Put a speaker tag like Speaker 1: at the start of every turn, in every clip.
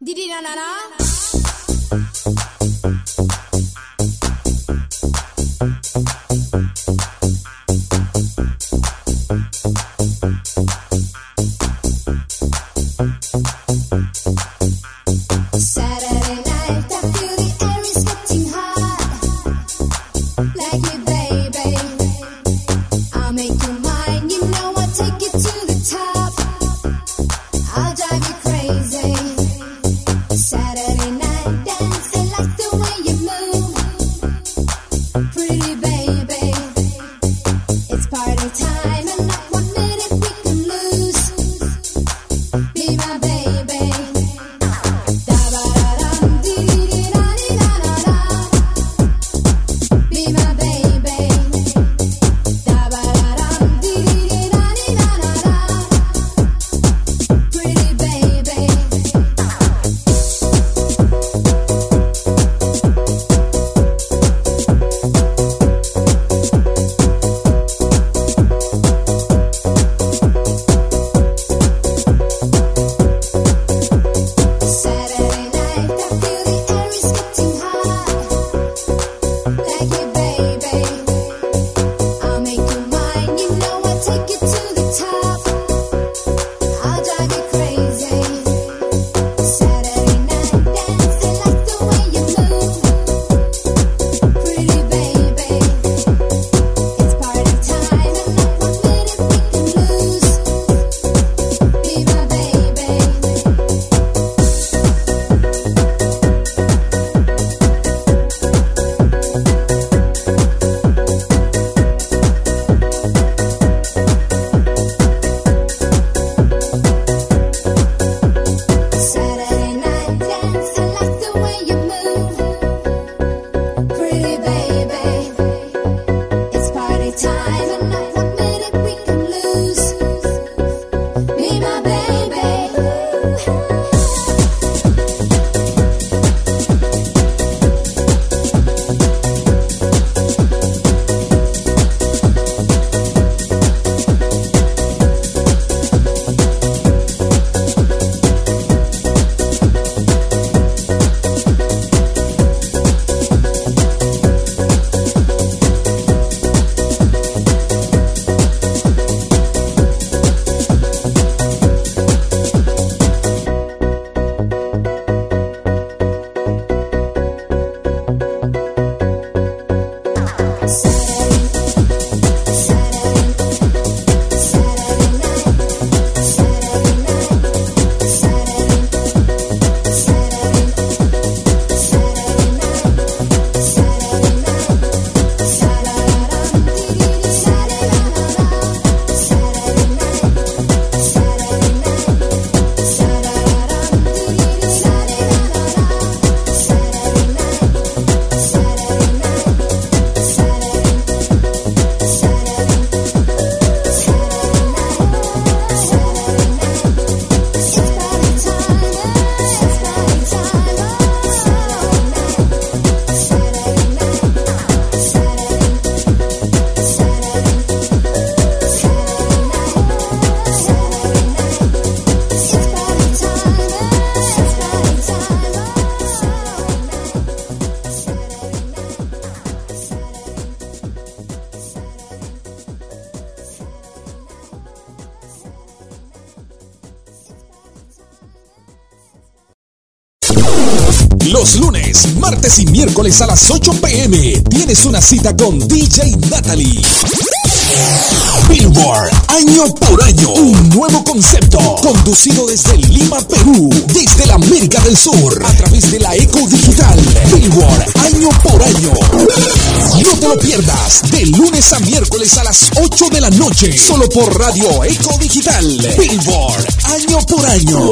Speaker 1: Didi na na na.
Speaker 2: Los lunes, martes y miércoles a las 8 p.m. tienes una cita con DJ Natalie. Billboard, año por año, un nuevo concepto, conducido desde Lima, Perú, desde la América del Sur, a través de la Eco Digital. Billboard, año por año. No te lo pierdas, de lunes a miércoles a las 8 de la noche, solo por Radio Eco Digital. Billboard, año por año.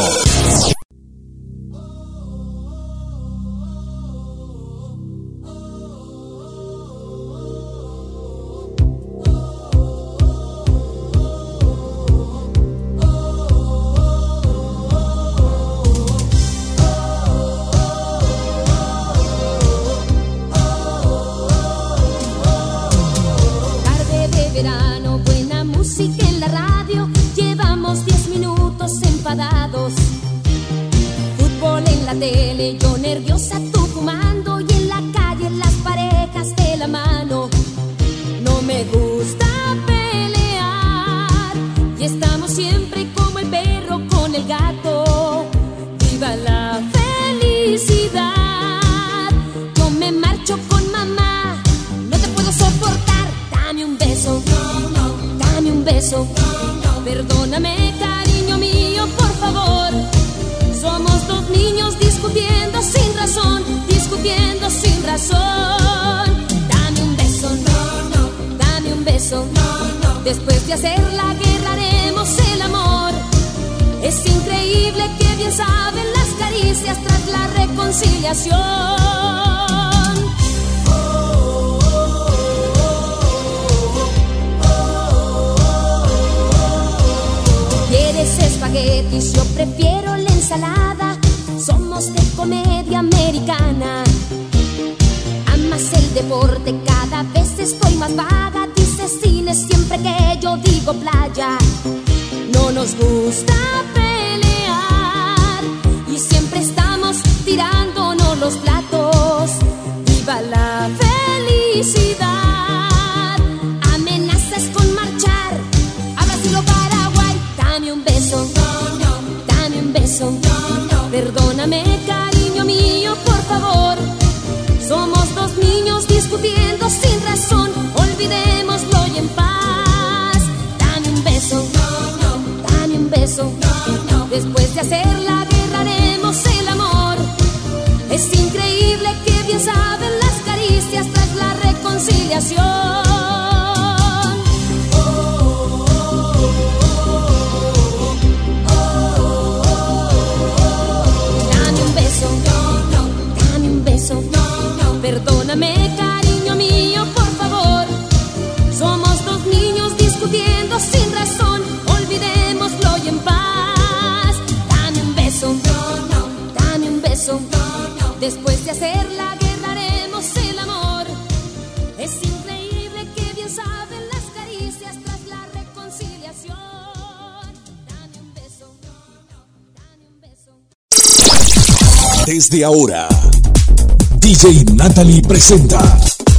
Speaker 3: Llevamos 10 minutos enfadados, fútbol en la
Speaker 1: tele, yo nerviosa, tú fumando, y en la calle las parejas de la mano. No me gusta pelear y estamos siempre como el perro con el gato. Viva la felicidad. Yo me marcho con mamá, no te puedo soportar. Dame un beso, dame un beso. Perdóname, cariño mío, por favor. Somos dos niños discutiendo sin razón, discutiendo sin razón. Dame un beso, dame un beso. Después de hacer la guerra haremos el amor. Es increíble que bien saben las caricias tras la reconciliación. ¿Quieres espaguetis? Yo prefiero la ensalada. Somos de comedia americana. Amas el deporte, cada vez estoy más vaga. Dices cine siempre que yo digo playa. No nos gusta pelear y siempre estamos tirándonos los platos. Viva la felicidad. Amenazas con marchar a Brasil o Paraguay. Dame un beso, dame un beso. Perdóname, cariño mío, por favor. Somos dos niños discutiendo sin razón. Olvidémoslo y en paz. Dame un beso, dame un beso. Después de hacer la guerra haremos el amor. Es increíble que bien saben las caricias tras la reconciliación. Perdóname, cariño mío, por favor. Somos dos niños discutiendo sin razón. Olvidémoslo y en paz. Dame un beso, dame un beso. Después de hacer la guerra haremos el amor. Es increíble que bien saben las caricias tras la reconciliación. Dame un beso, dame un beso.
Speaker 2: Desde ahora, DJ Natalie presenta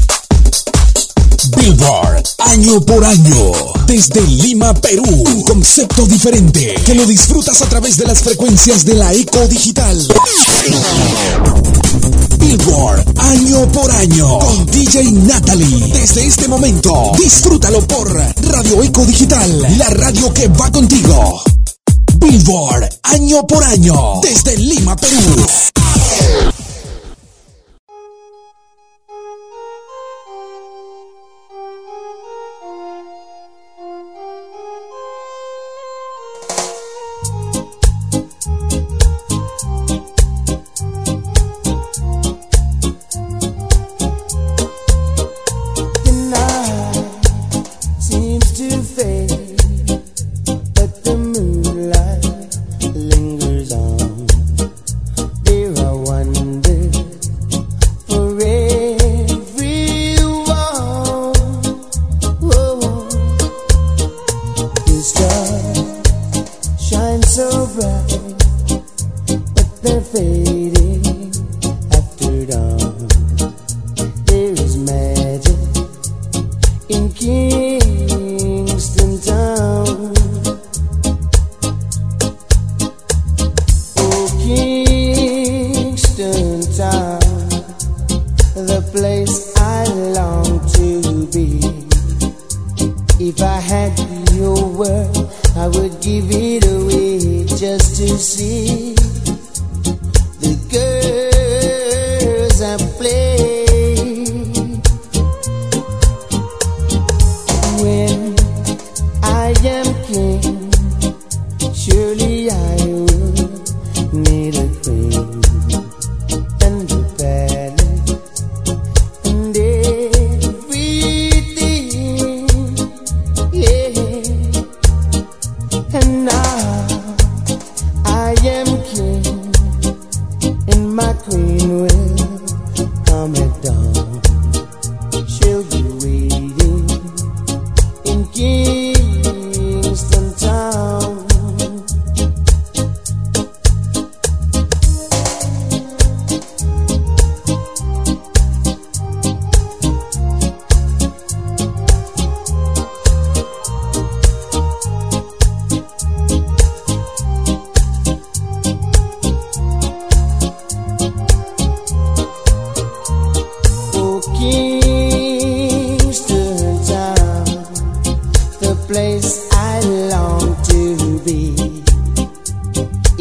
Speaker 2: Billboard Año por Año, desde Lima, Perú. Un concepto diferente que lo disfrutas a través de las frecuencias de la Eco Digital. Billboard Año por Año con DJ Natalie. Desde este momento, disfrútalo por Radio Eco Digital, la radio que va contigo. Billboard Año por Año, desde Lima, Perú.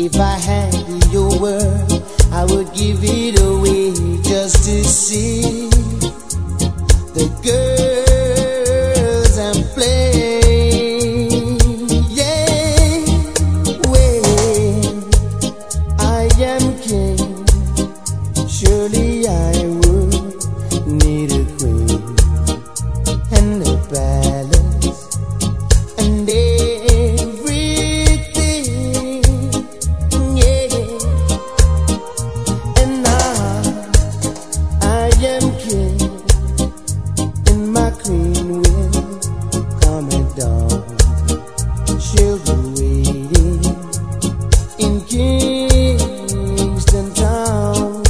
Speaker 3: If I had your word, I would give it away just to see the girls I'm playing. Yeah, when I am king, surely I would need a queen and a palace and everything. Yeah, and now I am king, and my queen will come at dawn. She'll be waiting in Kingston Town.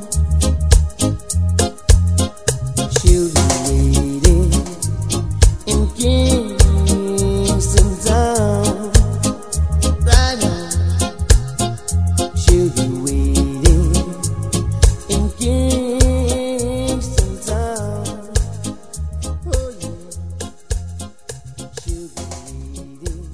Speaker 3: She'll be waiting in Kingston Town. Right on. She'll be waiting in Kingston Town. Oh yeah. She'll be waiting.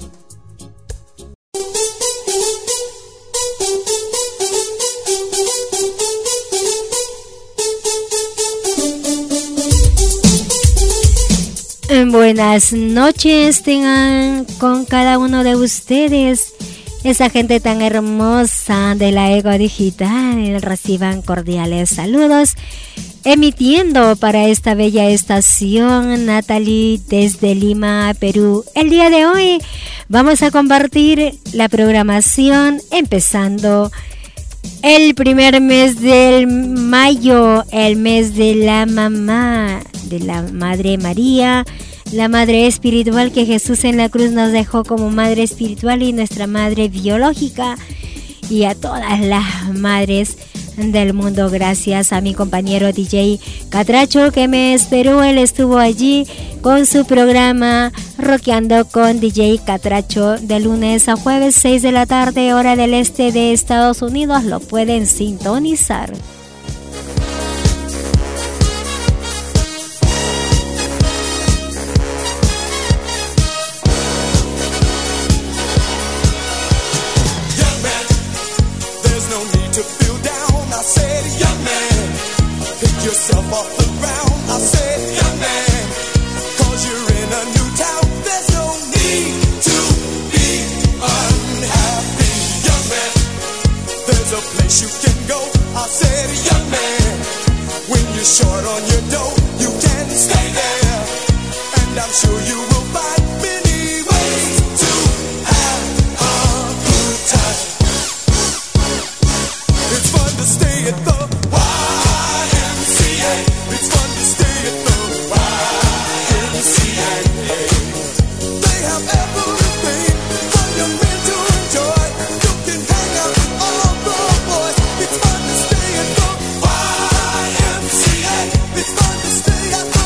Speaker 4: Buenas noches tengan con cada uno de ustedes, esa gente tan hermosa de la Ego Digital. Reciban cordiales saludos, emitiendo para esta bella estación Natalie desde Lima, Perú. El día de hoy vamos a compartir la programación empezando el primer mes del mayo, el mes de la mamá, de la Madre María, la madre espiritual que Jesús en la cruz nos dejó como madre espiritual y nuestra madre biológica, y a todas las madres del mundo. Gracias a mi compañero DJ Catracho que me esperó. Él estuvo allí con su programa Rockeando con DJ Catracho de lunes a jueves 6 de la tarde hora del este de Estados Unidos. Lo pueden sintonizar.
Speaker 5: Yourself off the ground, I said, young man, 'cause you're in a new town. There's no need to be unhappy, young man. There's a place you can go, I said, young man. When you're short on your dough, you can stay there, and I'm sure you will find many ways to have a good time. It's fun to stay at the it's fun to stay at the YMCA. They have everything for your men to enjoy. You can hang out with all the boys. It's fun to stay at the YMCA. It's fun to stay at the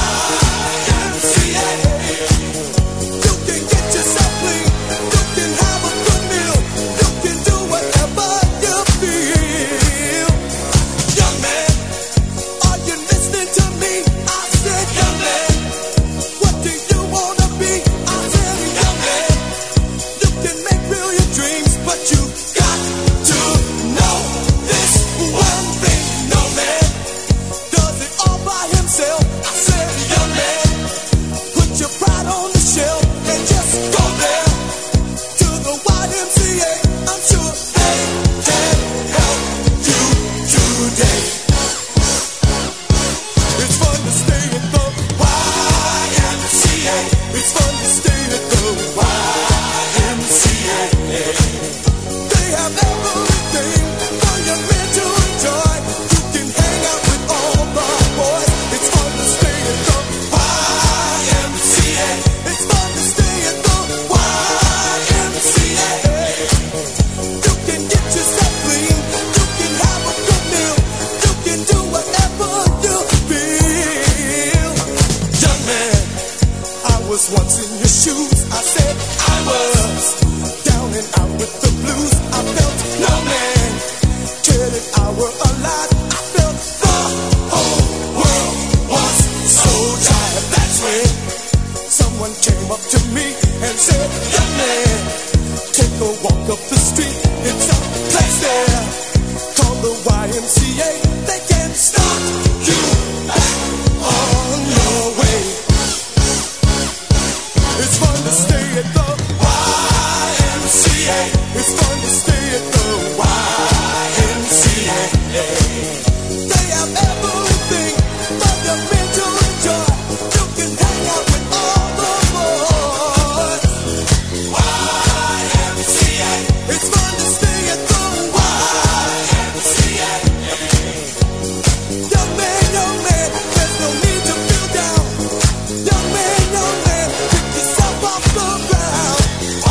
Speaker 5: YMCA. You can get yourself clean. You can have a good meal. You can do whatever you feel. Young man, are you listening to me? I said, young man, what do you wanna be? I said, young man, you can make real your dreams, but you got to know this one thing. No man does it all by himself. I said, young man, put your pride on the shelf and just go there to the YMCA. I'm sure they can help you today. It's fun to stay at the YMCA. It's fun to stay at the YMCA. They walk up the street, it's a place there called the YMCA. They can't stop you back on your way. It's fun to stay at the YMCA. It's fun to stay at the YMCA. They have everything but the mental joy. You can hang out with all the boys. YMCA. It's fun to stay at the YMCA. Young man, there's no need to feel down. Young man, pick yourself off the ground.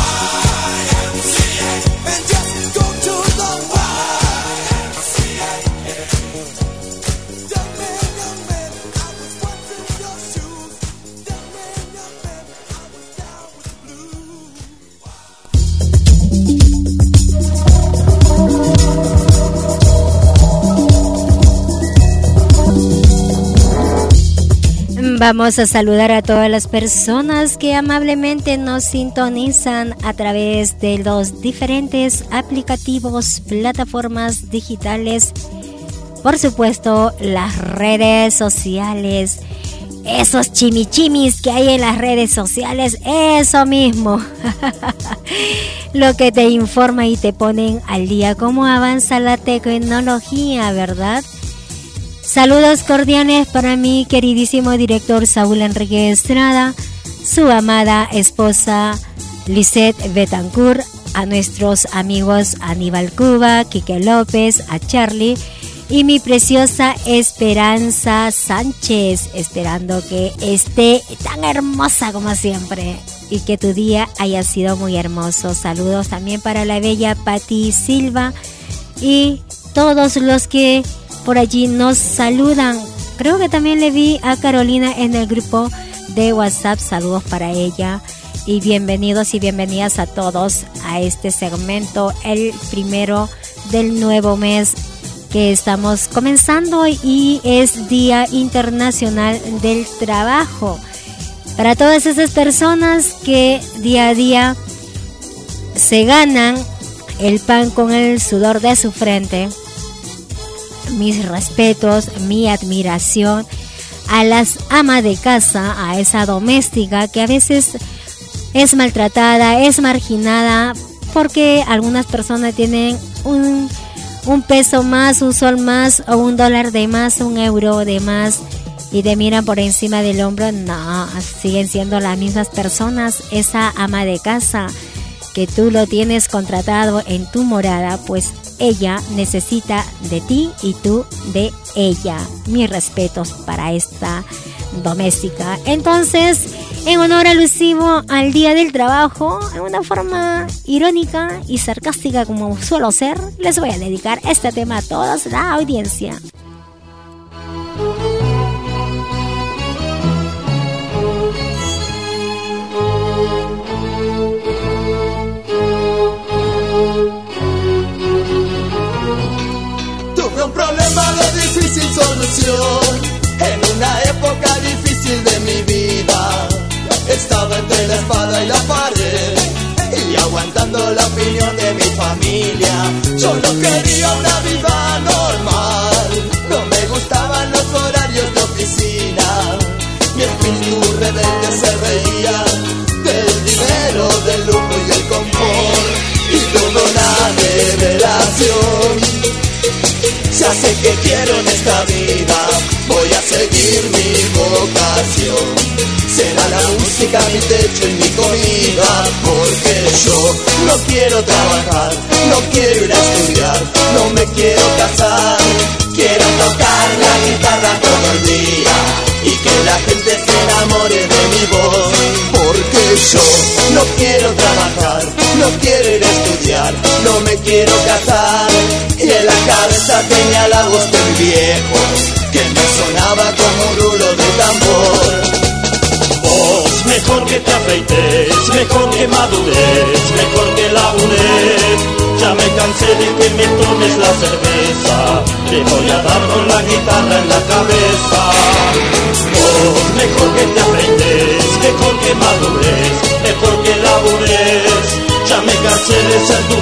Speaker 5: YMCA. And just go to the YMCA. Young man, I was once in your shoes. Young man, I was down with the blues.
Speaker 4: Vamos a saludar a todas las personas que amablemente nos sintonizan a través de los diferentes aplicativos, plataformas digitales, por supuesto las redes sociales, esos chimichimis que hay en las redes sociales, eso mismo, lo que te informa y te ponen al día cómo avanza la tecnología, ¿verdad? Saludos cordiales para mi queridísimo director Saúl Enrique Estrada, su amada esposa Lisette Betancourt, a nuestros amigos Aníbal Cuba, Quique López, a Charlie y mi preciosa Esperanza Sánchez, esperando que esté tan hermosa como siempre y que tu día haya sido muy hermoso. Saludos también para la bella Patti Silva y todos los que por allí nos saludan. Creo que también le vi a Carolina en el grupo de WhatsApp. Saludos para ella y bienvenidos y bienvenidas a todos a este segmento, el primero del nuevo mes que estamos comenzando y es Día Internacional del Trabajo. Para todas esas personas que día a día se ganan el pan con el sudor de su frente, mis respetos, mi admiración a las amas de casa, a esa doméstica que a veces es maltratada, es marginada, porque algunas personas tienen un peso más, un sol más, o un dólar de más, un euro de más, y te miran por encima del hombro. No, siguen siendo las mismas personas. Esa ama de casa que tú lo tienes contratado en tu morada, pues ella necesita de ti y tú de ella. Mis respetos para esta doméstica. Entonces, en honor alusivo al Día del Trabajo, en una forma irónica y sarcástica como suelo ser, les voy a dedicar este tema a toda la audiencia.
Speaker 5: Un problema de difícil solución en una época difícil de mi vida. Estaba entre la espada y la pared y aguantando la opinión de mi familia. Yo no quería una vida normal, no me gustaban los horarios de oficina. Mi espíritu rebelde se reía del dinero, del lujo y el confort, y tuvo una revelación. Ya sé que quiero en esta vida, voy a seguir mi vocación. Será la música mi techo y mi comida, porque yo no quiero trabajar, no quiero ir a estudiar, no me quiero casar. Quiero tocar la guitarra todo el día y que la gente se enamore de mi voz. Porque yo no quiero trabajar, no quiero ir a estudiar, no me quiero casar. Y en la cabeza tenía la voz del viejo que me sonaba como un rulo de tambor.
Speaker 6: Vos, mejor que te afeites, mejor que madures, mejor que labures. Ya me cansé de que me tomes la cerveza, te voy a dar con la guitarra en la cabeza. Vos, mejor que te afeites, mejor que madures, mejor que labures. Ya me cansé de ser tu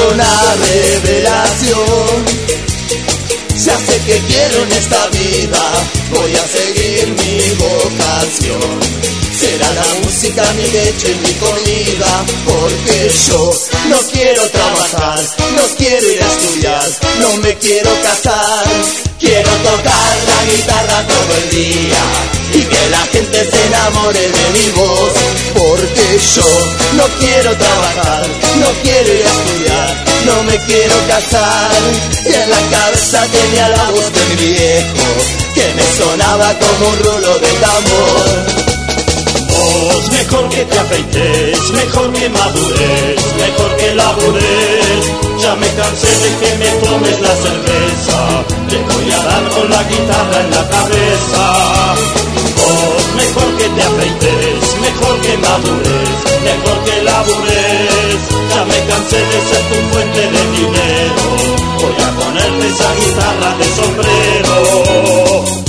Speaker 7: una revelación. Ya sé que quiero en esta vida, voy a seguir mi vocación. Será la música mi leche y mi comida, porque yo no quiero trabajar, no quiero ir a estudiar, no me quiero casar. Quiero tocar la guitarra todo el día y que la gente se enamore de mi voz, porque yo no quiero trabajar, no quiero ir a estudiar, no me quiero casar. Y en la cabeza tenía la voz de mi viejo, que me sonaba como un rulo de tambor.
Speaker 6: Vos, mejor que te afeites, mejor que madures, mejor que labures. Ya me cansé de que me tomes la cerveza, te voy a dar con la guitarra en la cabeza. Vos, mejor que te afeites, mejor que madures, mejor que labures. Ya me cansé de ser tu fuente de dinero, voy a ponerte esa guitarra de sombrero.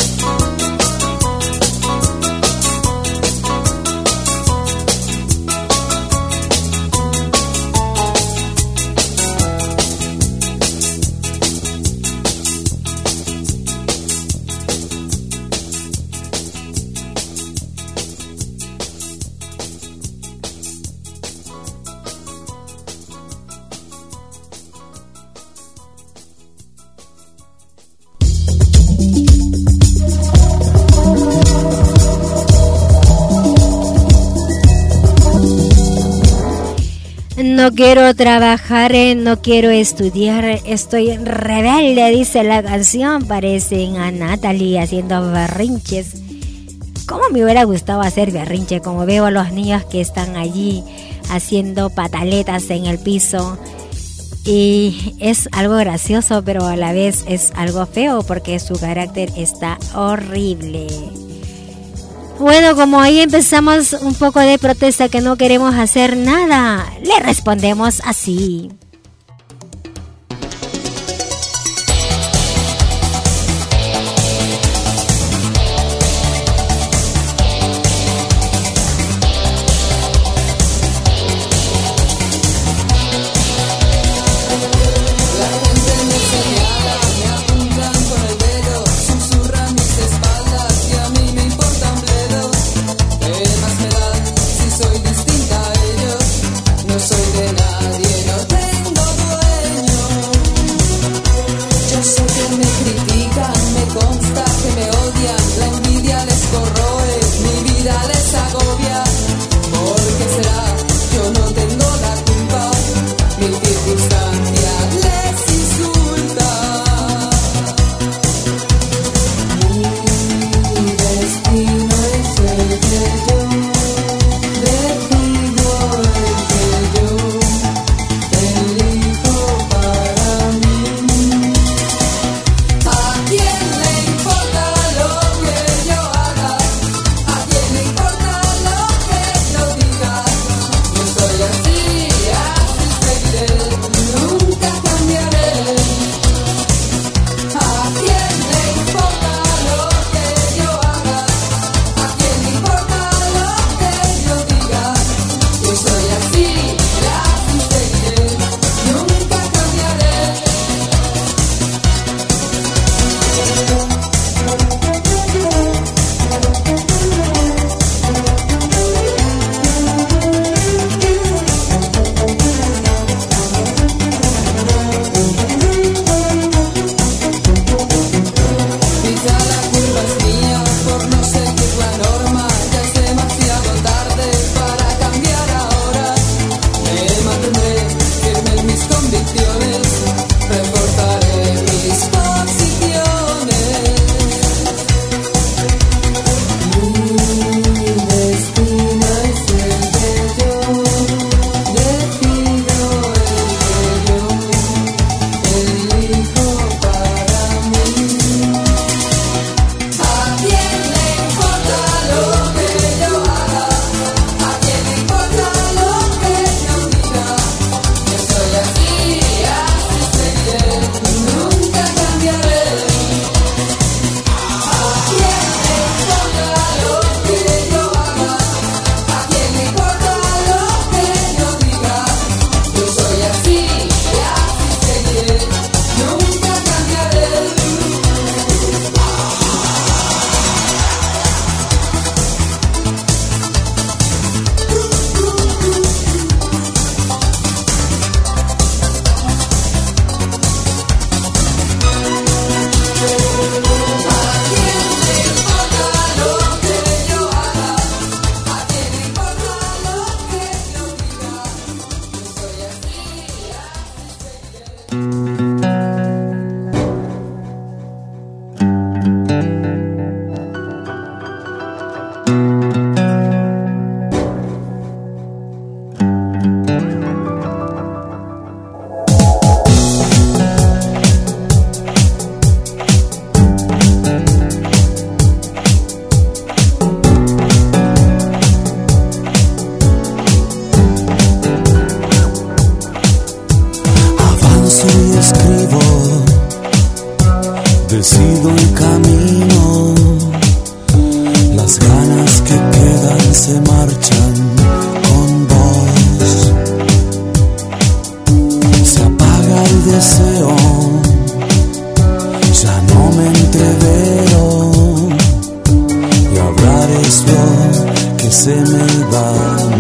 Speaker 4: No quiero trabajar, no quiero estudiar, estoy rebelde, dice la canción. Parecen a Natalie haciendo berrinches. ¿Cómo me hubiera gustado hacer berrinche? Como veo a los niños que están allí haciendo pataletas en el piso. Y es algo gracioso, pero a la vez es algo feo porque su carácter está horrible. Bueno, como ahí empezamos un poco de protesta que no queremos hacer nada, le respondemos así.
Speaker 8: Soy de nadie, no tengo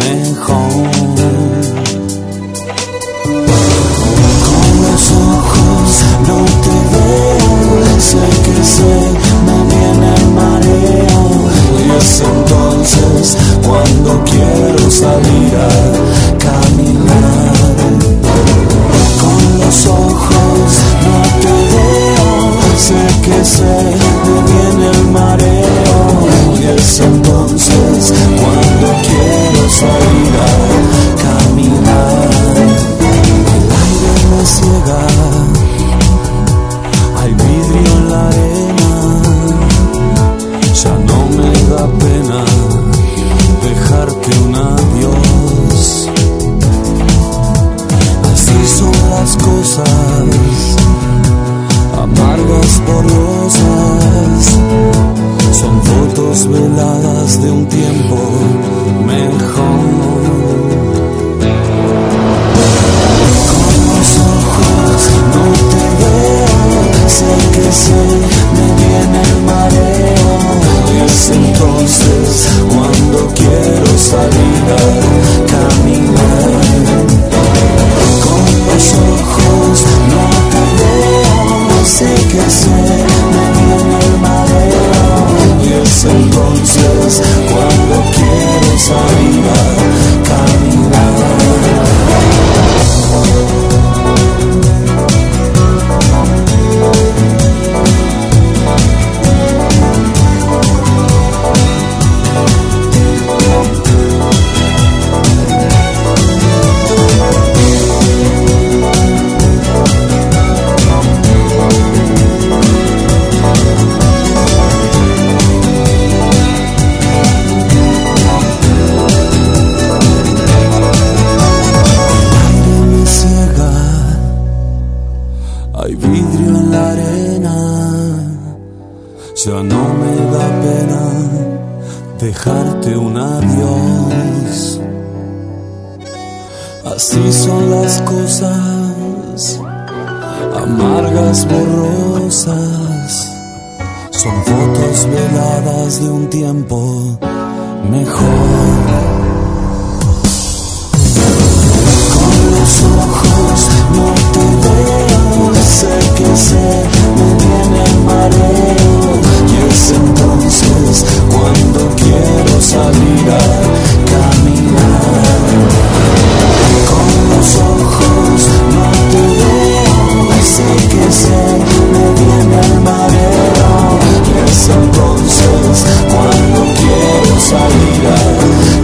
Speaker 8: mejor. Con los ojos no te veo, sé que me viene el mareo, y es entonces cuando quiero salir a caminar. Con los ojos no te veo, sé que me viene el mareo, y es entonces cuando quiero salir a caminar. El aire me ciega, hay vidrio en la arena, ya no me da pena dejarte un adiós. Así son las cosas, amargas, borrosas, son fotos veladas de un tiempo mejor. Con los ojos no te veo, sé que me viene el mareo, y es entonces cuando quiero salir a caminar. Con los ojos no te veo, sé que me viene el mareo, y es entonces cuando quiero salir a caminar. Ya no me da pena dejarte un adiós. Así son las cosas, amargas, borrosas, son fotos veladas de un tiempo mejor. Con los ojos no te veo, sé que me viene el mareo, y es entonces cuando quiero salir a caminar. Con los ojos no te veo, sé que me viene el mareo, y es entonces cuando quiero salir a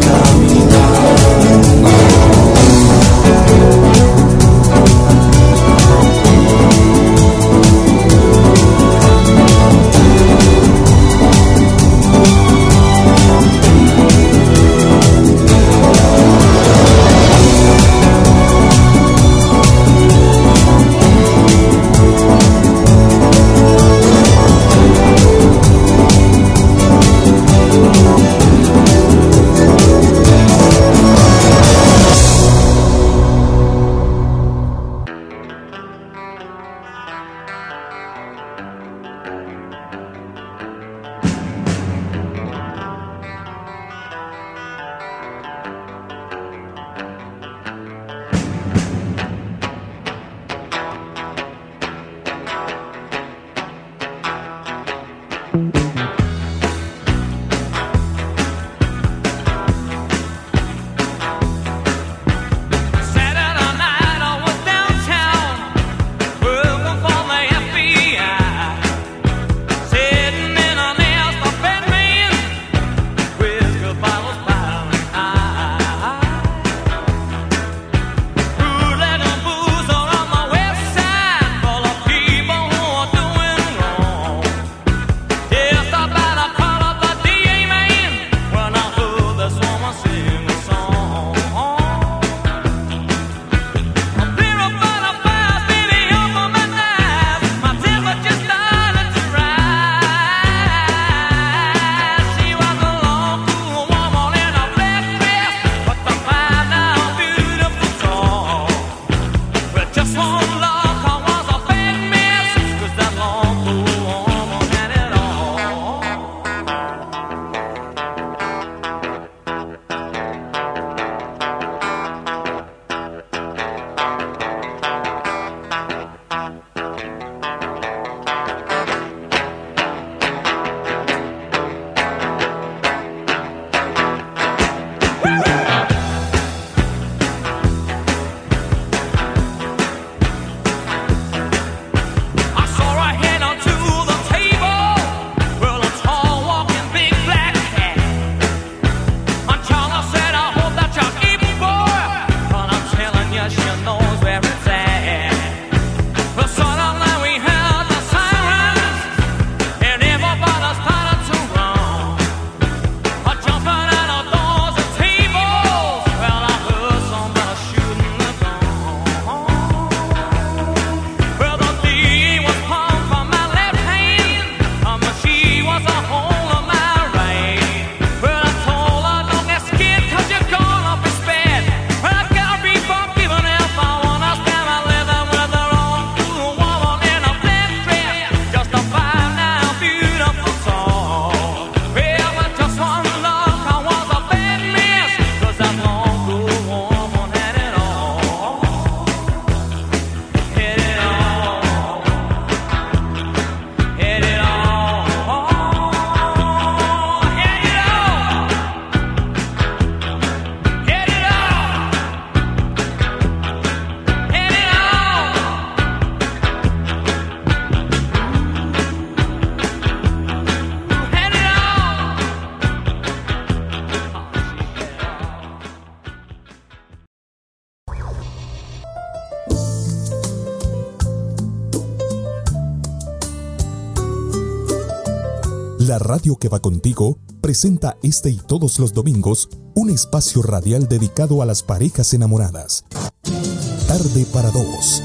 Speaker 2: La radio que va contigo presenta este y todos los domingos un espacio radial dedicado a las parejas enamoradas. Tarde para dos.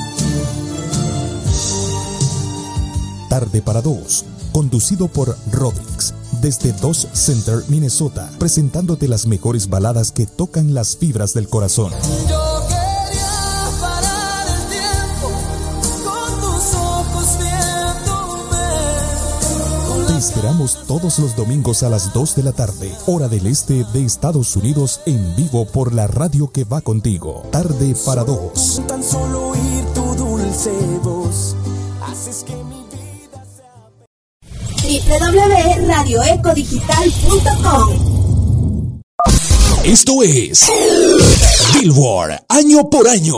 Speaker 2: Tarde para dos, conducido por Rodrix, desde Dodge Center, Minnesota, presentándote las mejores baladas que tocan las fibras del corazón.
Speaker 5: Yo quería parar el tiempo con tus ojos viéndome.
Speaker 2: Te esperamos todos los domingos a las 2 de la tarde, hora del este de Estados Unidos, en vivo por la radio que va contigo. Tarde para dos.
Speaker 8: Tan solo oír tu dulce voz haces que mi vida sea
Speaker 9: www.radioecodigital.com.
Speaker 2: Esto es Billboard Año por Año.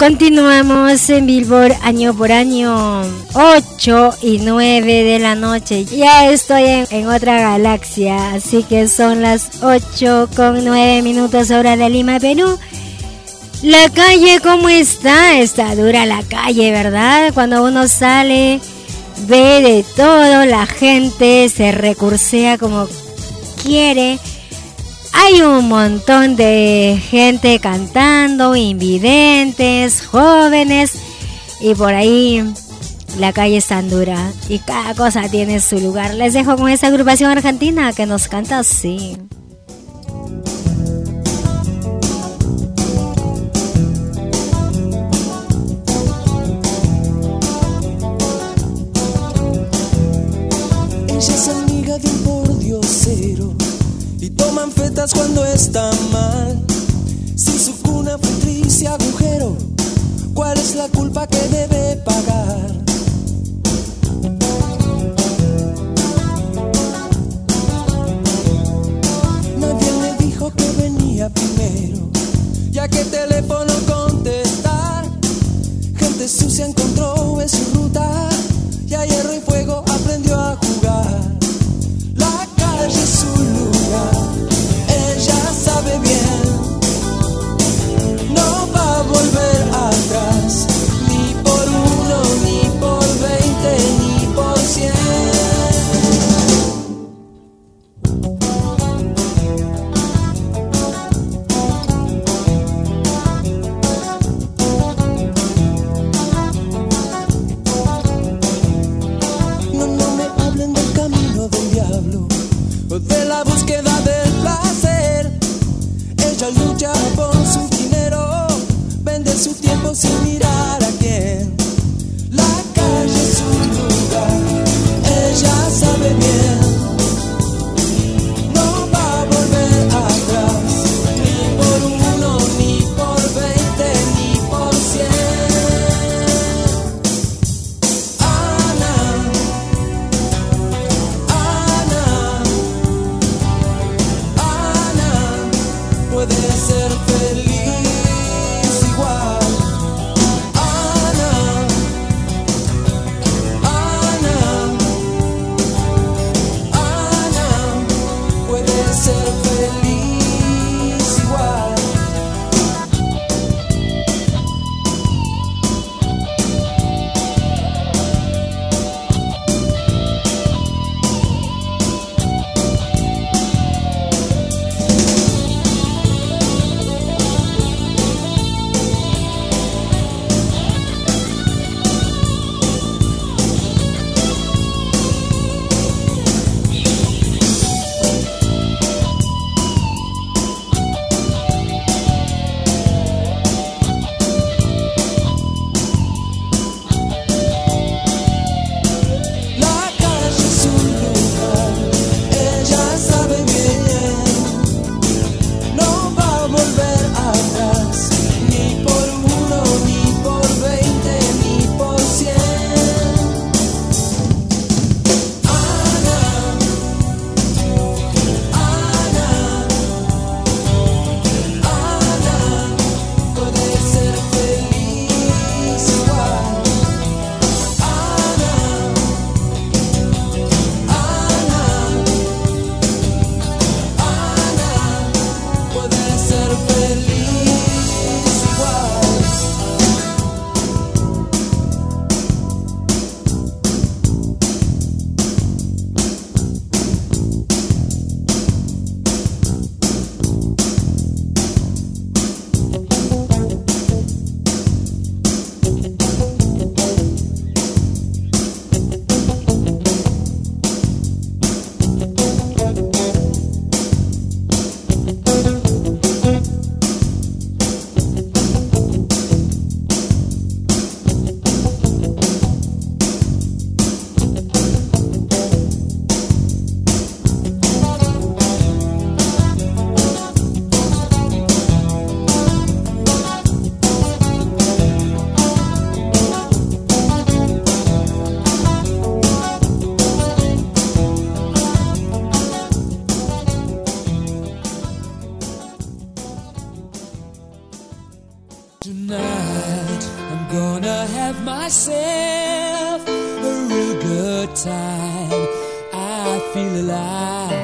Speaker 4: Continuamos en Billboard año por año, 8 y 9 de la noche. Ya estoy en otra galaxia, así que son las 8:09 hora de Lima, Perú. La calle, ¿cómo está? Está dura la calle, ¿verdad? Cuando uno sale, ve de todo, la gente se recursea como quiere. Hay un montón de gente cantando, invidentes, jóvenes, y por ahí la calle es tan dura y cada cosa tiene su lugar. Les dejo con esta agrupación argentina que nos canta así.
Speaker 8: Ella es amiga de un pordiosero y toman fetas cuando está mal. Si su cuna fue triste agujero, ¿cuál es la culpa que debe pagar? Nadie le dijo que venía primero, ya que teléfono contestar. Gente sucia encontró en su ruta y a hierro y fuego aprendió a jugar. La calle es su lugar, ella sabe bien, no va a volver atrás, ni por 1, ni por 20, ni por 100. No me hablen del camino del diablo o de la búsqueda del placer. Ella lucha por su dinero, vende su tiempo sin mirar a quién. La calle es su lugar, ella sabe bien, no va a volver atrás, ni por 1, ni por 20, ni por 100. Ana, Ana, Ana, puede ser feliz igual. Ana, Ana, Ana, puede ser feliz igual. gonna have myself a real good time. I feel alive,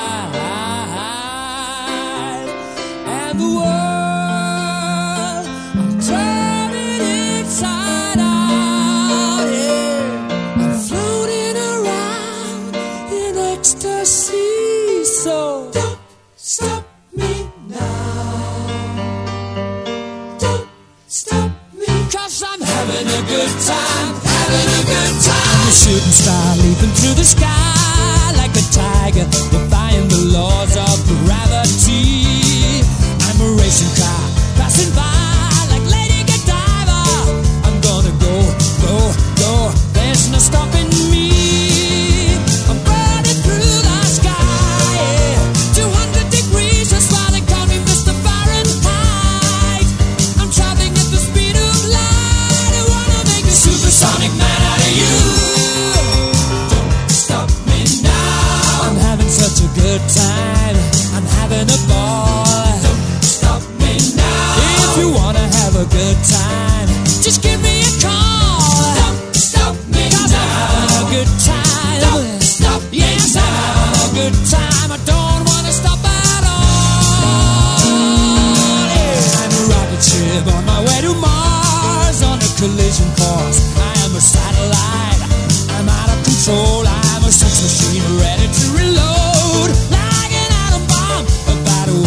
Speaker 8: and the world, I'm turning inside out. Yeah, I'm floating around in ecstasy. So don't stop me now. Don't stop me, 'cause I'm having a good time, having a good time. I'm a shooting star leaping through the sky like a tiger, defying the laws of gravity. I'm a racing car passing by like Lady Godiva. I'm gonna go, go, go. There's no stopping me. I'm burning through the sky, yeah. 200 degrees, that's why they call me Mr. Fahrenheit. I'm traveling at the speed of light. I wanna make a supersonic man out of you. Don't stop me now. I'm having such a good time. I'm having a ball. Don't stop me now. If you wanna have a good time, just give me a call. Don't stop me now. 'Cause I'm having a good time. Don't stop me now. Yes, I'm having a good time. I don't wanna stop at all. Yeah. I'm a rocket ship on my way to Mars on a collision course. I am a satellite. I'm out of control. I'm a sex machine ready to reload. Like an atom bomb about to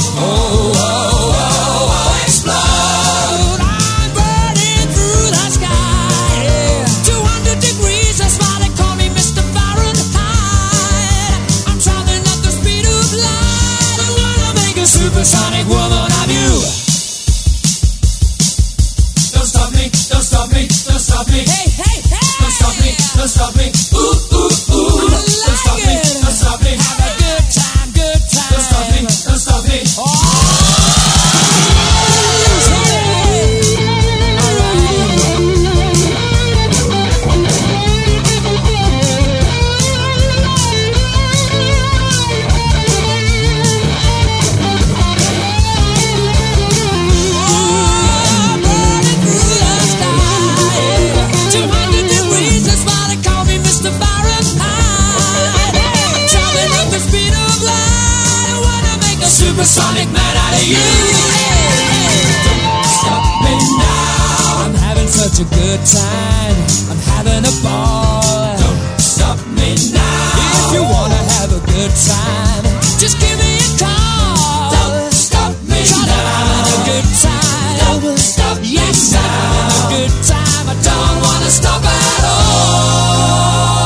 Speaker 8: explode. I'm burning through the sky. Yeah. 200 degrees, that's why they call me Mr. Fahrenheit. I'm traveling at the speed of light. I wanna make a supersonic woman of you. Don't stop me, don't stop me, don't stop me. Hey, hey, hey. Don't stop me, don't stop me. Ooh, ooh, ooh. Don't stop me, don't stop me. Have a good time, good time. Don't stop me, don't stop me. Oh. Supersonic man out of you. Don't stop me now. I'm having such a good time. I'm having a ball. Don't stop me now. If you wanna have a good time, just give me a call. Don't stop me now. I'm having a good time. Don't stop me now. Yes, I'm having a good time. I don't wanna stop at all.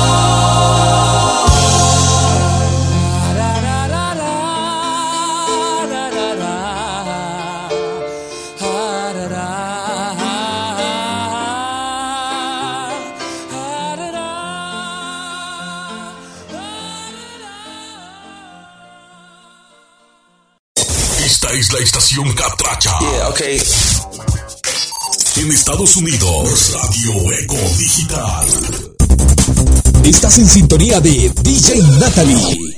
Speaker 2: Esta es la estación Catracha.
Speaker 9: Yeah, okay.
Speaker 2: En Estados Unidos, Radio Eco Digital. Estás en sintonía de DJ Natalie.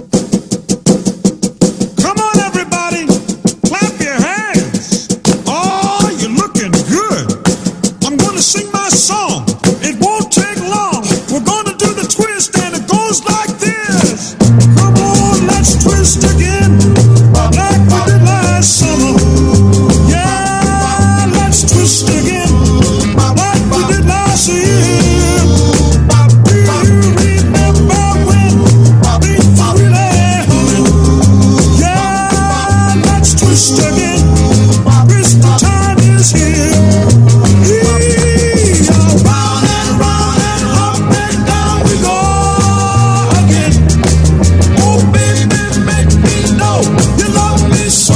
Speaker 10: Come on, everybody, clap your hands. Oh, you're looking good. I'm gonna sing my song. It won't take long. We're gonna do the twist, and it goes like this. Come on, let's twist again, like we did last summer. Yeah, let's twist again, like we did last year. Do you remember when we really humming? Yeah, let's twist again. Christmas time is here. Round and round and up and down we go again. Oh baby, make me know you love me so.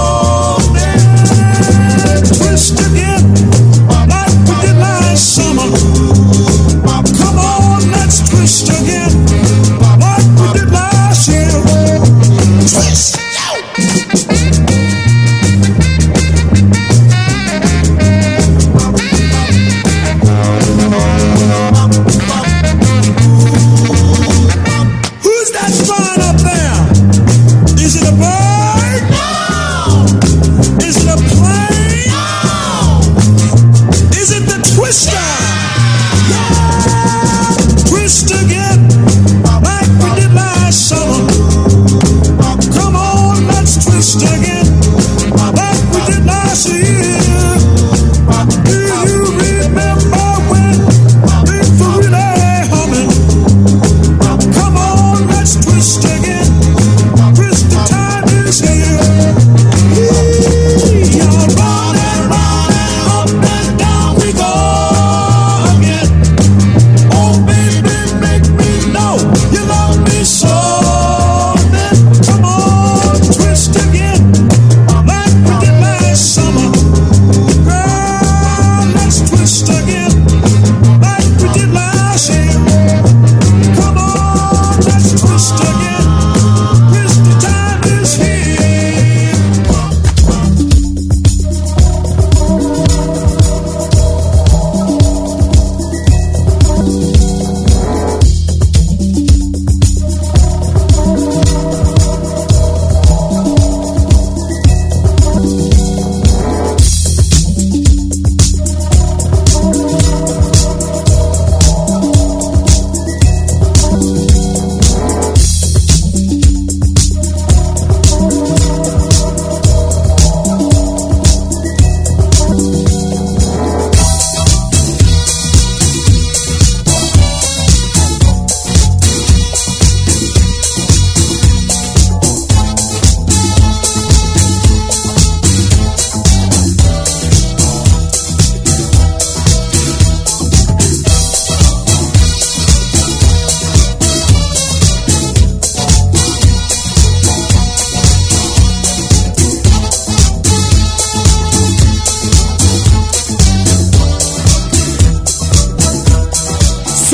Speaker 10: Let's twist again, like we did last summer. Come on, let's twist again, like we did last year. Twist!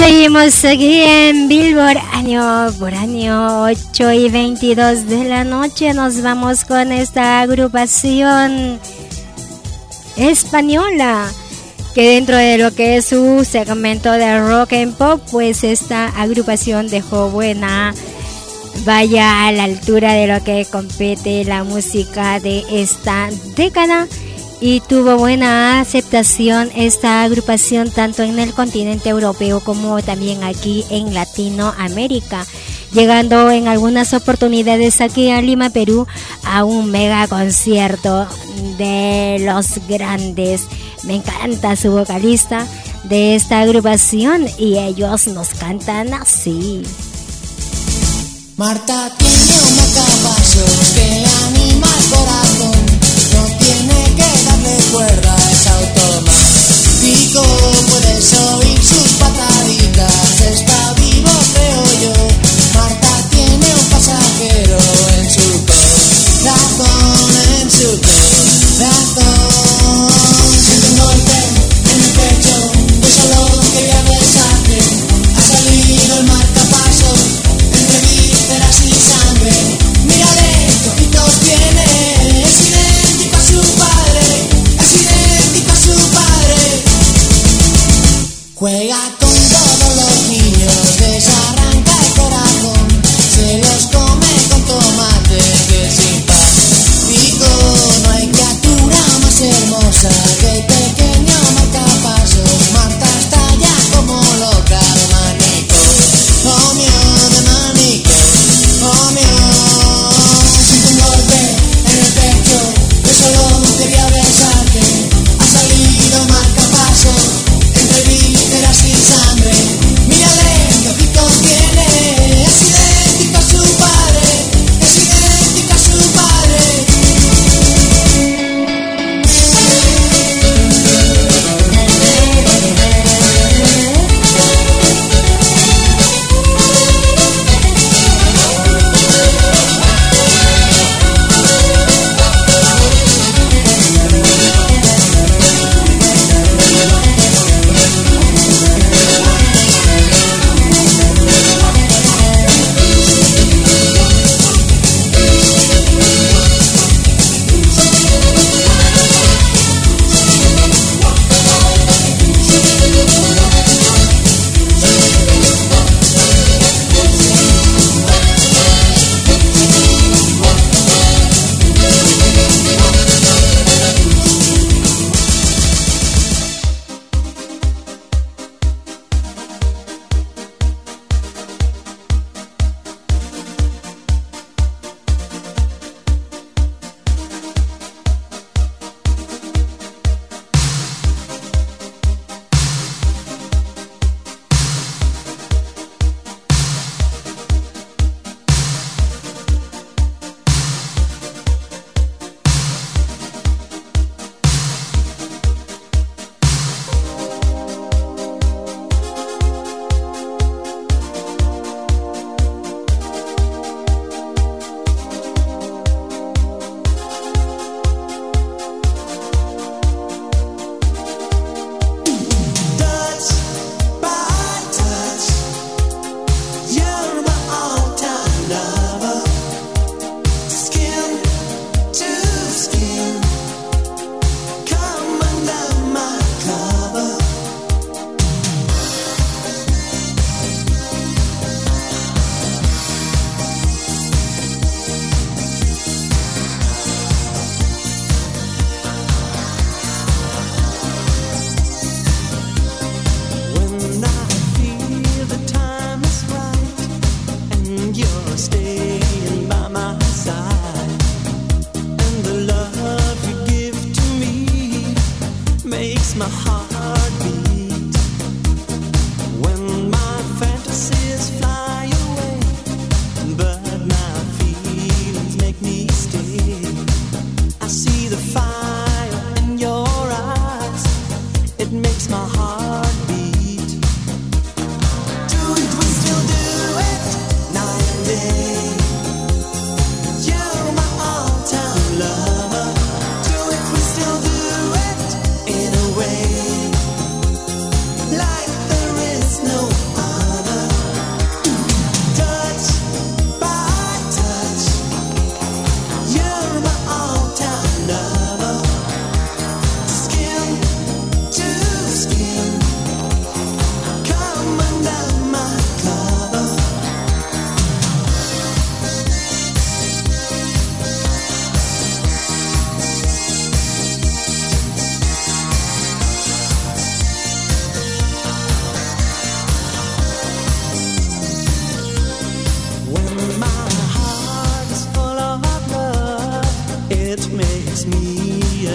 Speaker 4: Seguimos aquí en Billboard año por año, 8:22 de la noche. Nos vamos con esta agrupación española que dentro de lo que es su segmento de rock and pop, pues esta agrupación dejó buena, vaya a la altura de lo que compete la música de esta década. Y tuvo buena aceptación esta agrupación tanto en el continente europeo como también aquí en Latinoamérica, llegando en algunas oportunidades aquí a Lima, Perú, a un mega concierto de los grandes. Me encanta su vocalista de esta agrupación y ellos nos cantan así.
Speaker 9: Marta tiene un marcapasos que le anima el corazón. No tiene que darle cuerda, es automático. Puedes oír sus pataditas, está vivo, creo yo. Marta tiene un pasajero en su corazón, en su corazón. Siente un golpe en el pecho, yo solo quería besarte. Ha salido el marcapasos entre vísceras y sangre. Mira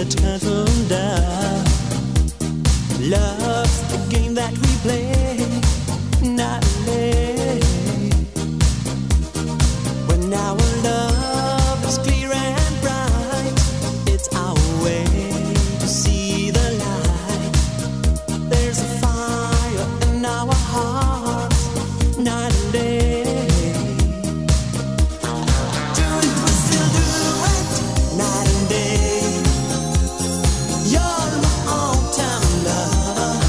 Speaker 11: a turtle dove. Love's the game that we play night and day. When our love is clear and bright, it's our way to see the light. There's a fire in our hearts night and day. Do it, we still do it night and day. You're my all-time love.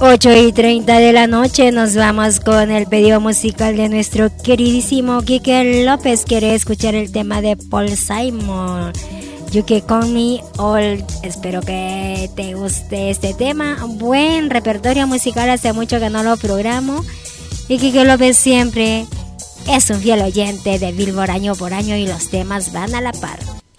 Speaker 4: 8:30 de la noche nos vamos con el pedido musical de nuestro queridísimo Quique López. Quiere escuchar el tema de Paul Simon, You Can Call Me Old. Espero que te guste este tema. Buen repertorio musical, hace mucho que no lo programo. Y Quique López siempre es un fiel oyente de Billboard año por año y los temas van a la par.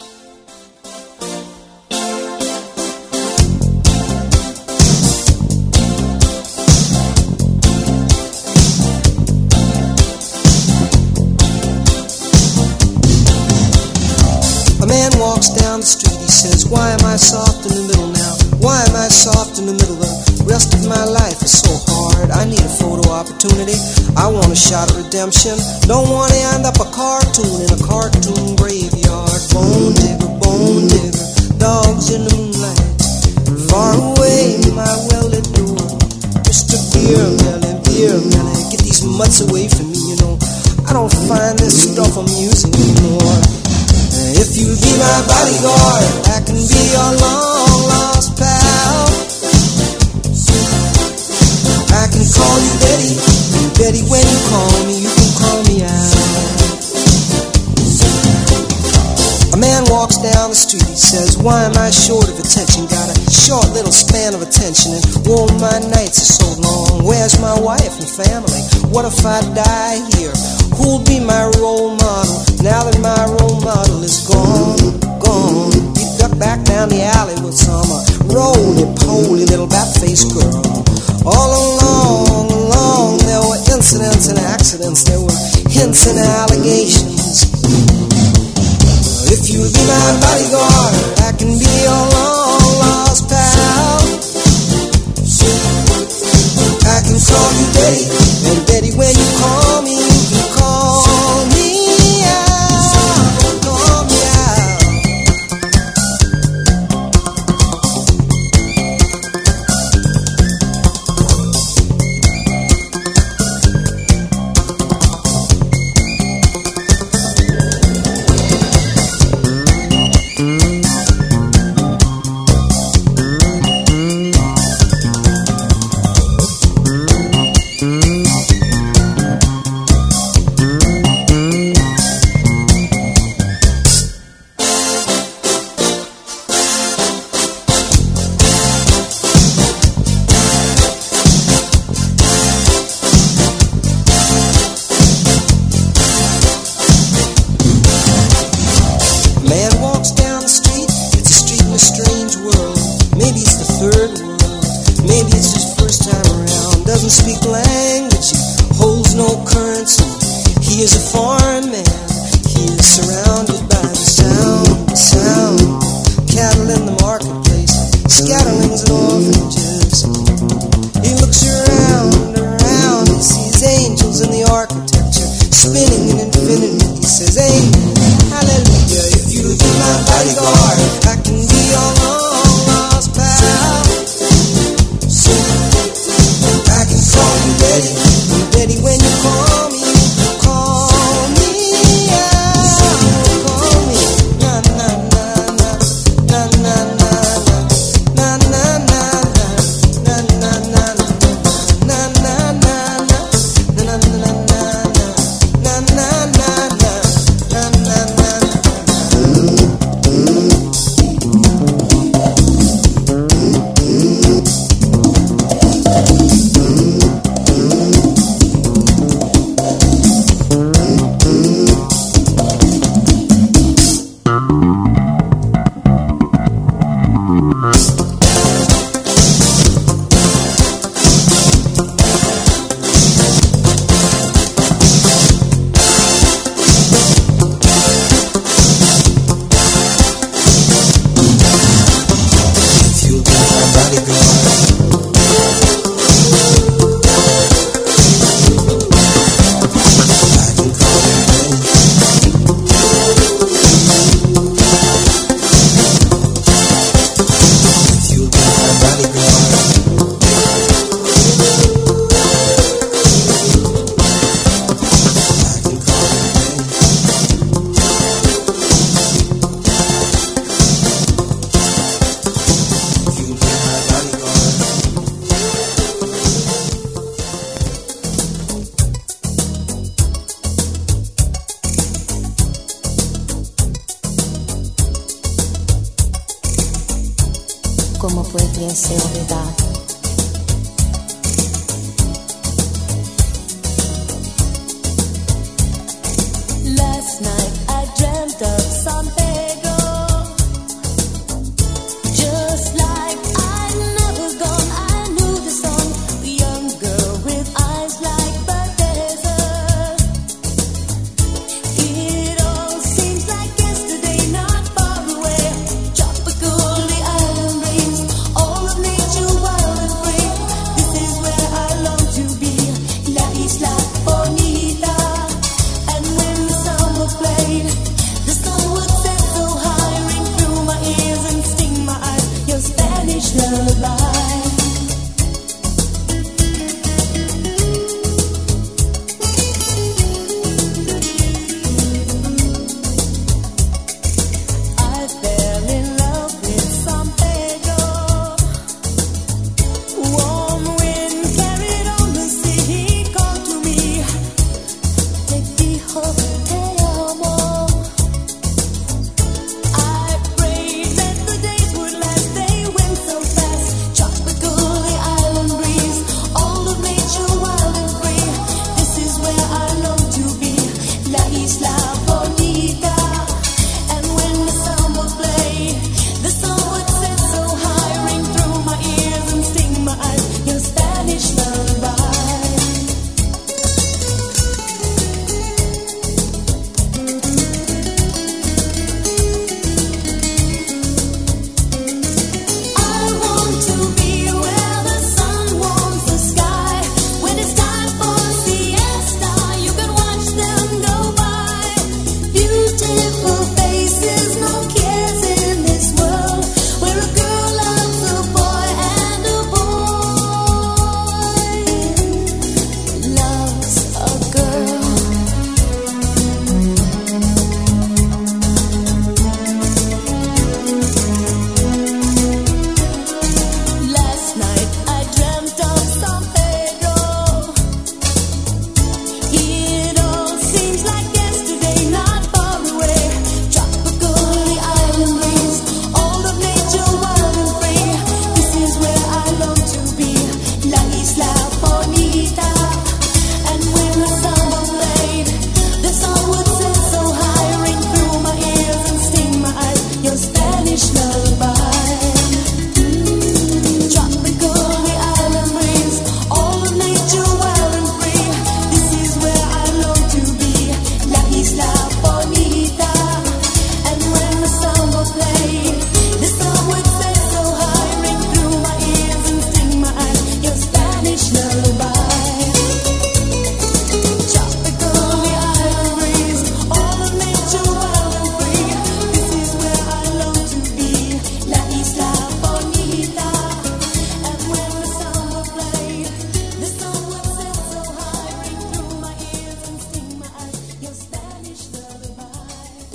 Speaker 12: A man walks down the street, he says, why am I soft in the middle now? Why am I soft in the middle? The rest of my life is so hard. I need a photo opportunity. I want a shot at redemption. Don't want to end up a cartoon in a cartoon graveyard. Bone digger, dogs in the moonlight. Far away, my well-lit door. Mr. Beer Melly, get these mutts away from me, you know. I don't find this stuff amusing anymore. If you be my bodyguard, I can be your long-lost pal. I can call you Betty, and Betty, when you call me, you can call me out. A man walks down the street, he says, why am I short of attention? Got a short little span of attention, and oh, my nights are so long. Where's my wife and family? What if I die here? Who'll be my role model now that my role model is gone? He ducked back down the alley with some roly-poly little bat-faced girl. All along, there were incidents and accidents, there were hints and allegations. If you'll be my bodyguard, I can be your long-lost pal. I can call you Betty, and Betty, when you call me, you can call me out, call me out.
Speaker 9: seguridad. Last night I dreamt of San Pedro, just like I'd never gone. I knew the song, a young girl with eyes like the desert. It all seems like yesterday, not far away. Tropical, the island breeze, all of nature wild and free. This is where I long to be, La Isla Bonita. And when the song was played, the song would set so high, ring through my ears and sting my eyes. Your Spanish lullaby. I fell in love with San Pedro. Warm wind carried on the sea. He called to me, te dijo te amo. I prayed that the days would last. They went so fast. Tropical, the island breeze, all of nature wild and free. This is where I long to be, La Isla Bonita. And when the song would play, the song would set so high, ring through my ears and sting my eyes. Your Spanish lullaby. I want to be where the sun warms the sky. When it's time for siesta, you can watch them go by. Beautiful faces, no cares in this world, where a girl loves a boy and a boy loves a girl. Last night I dreamt of San Pedro. It all seems like yesterday, not far away. Tropical, the island breeze, all of nature wild and free. This is where I long to be, La Isla Bonita. And when the song was played, the song would set so high, ring through my ears and sting my eyes. Your Spanish lullaby. Tropical, the island breeze, all of nature wild and free. This is where I long to be, La Isla Bonita. And when the song was played, the song would set so high, ring through my ears and sting my eyes. Your Spanish lullaby. Tropical, the island breeze, all of nature wild and free. This is where I long to be, La Isla Bonita. And when the song was played, the song would set so high, ring through my ears and sting my eyes. Your Spanish lullaby.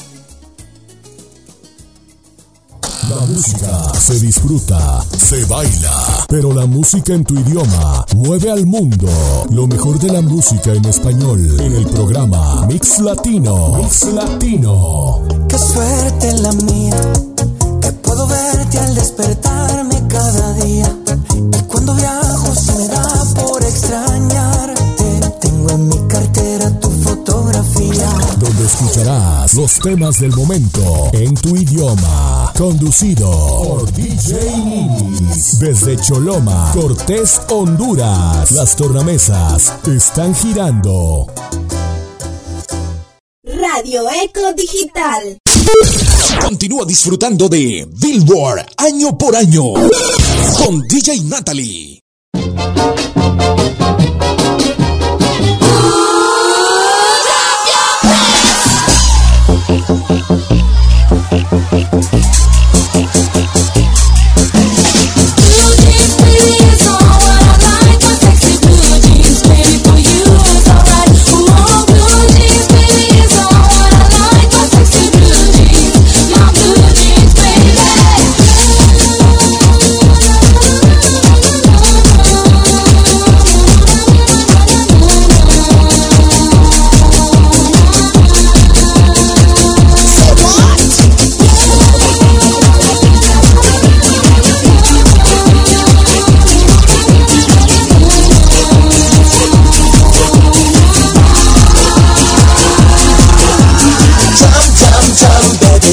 Speaker 2: La música se disfruta, se baila, pero la música en tu idioma mueve al mundo. Lo mejor de la música en español en el programa Mix Latino. Mix Latino.
Speaker 8: Qué suerte la mía, que puedo verte al despertarme cada día. Y cuando viajo se me da por extrañarte. Tengo en mi cartera tu fotografía.
Speaker 2: Donde escucharás los temas del momento en tu idioma. Conducido por DJ Ninis. Desde Choloma, Cortés, Honduras. Las tornamesas están girando.
Speaker 13: Radio Eco Digital.
Speaker 2: Continúa disfrutando de Billboard Año por Año con DJ Natalie.
Speaker 1: Baby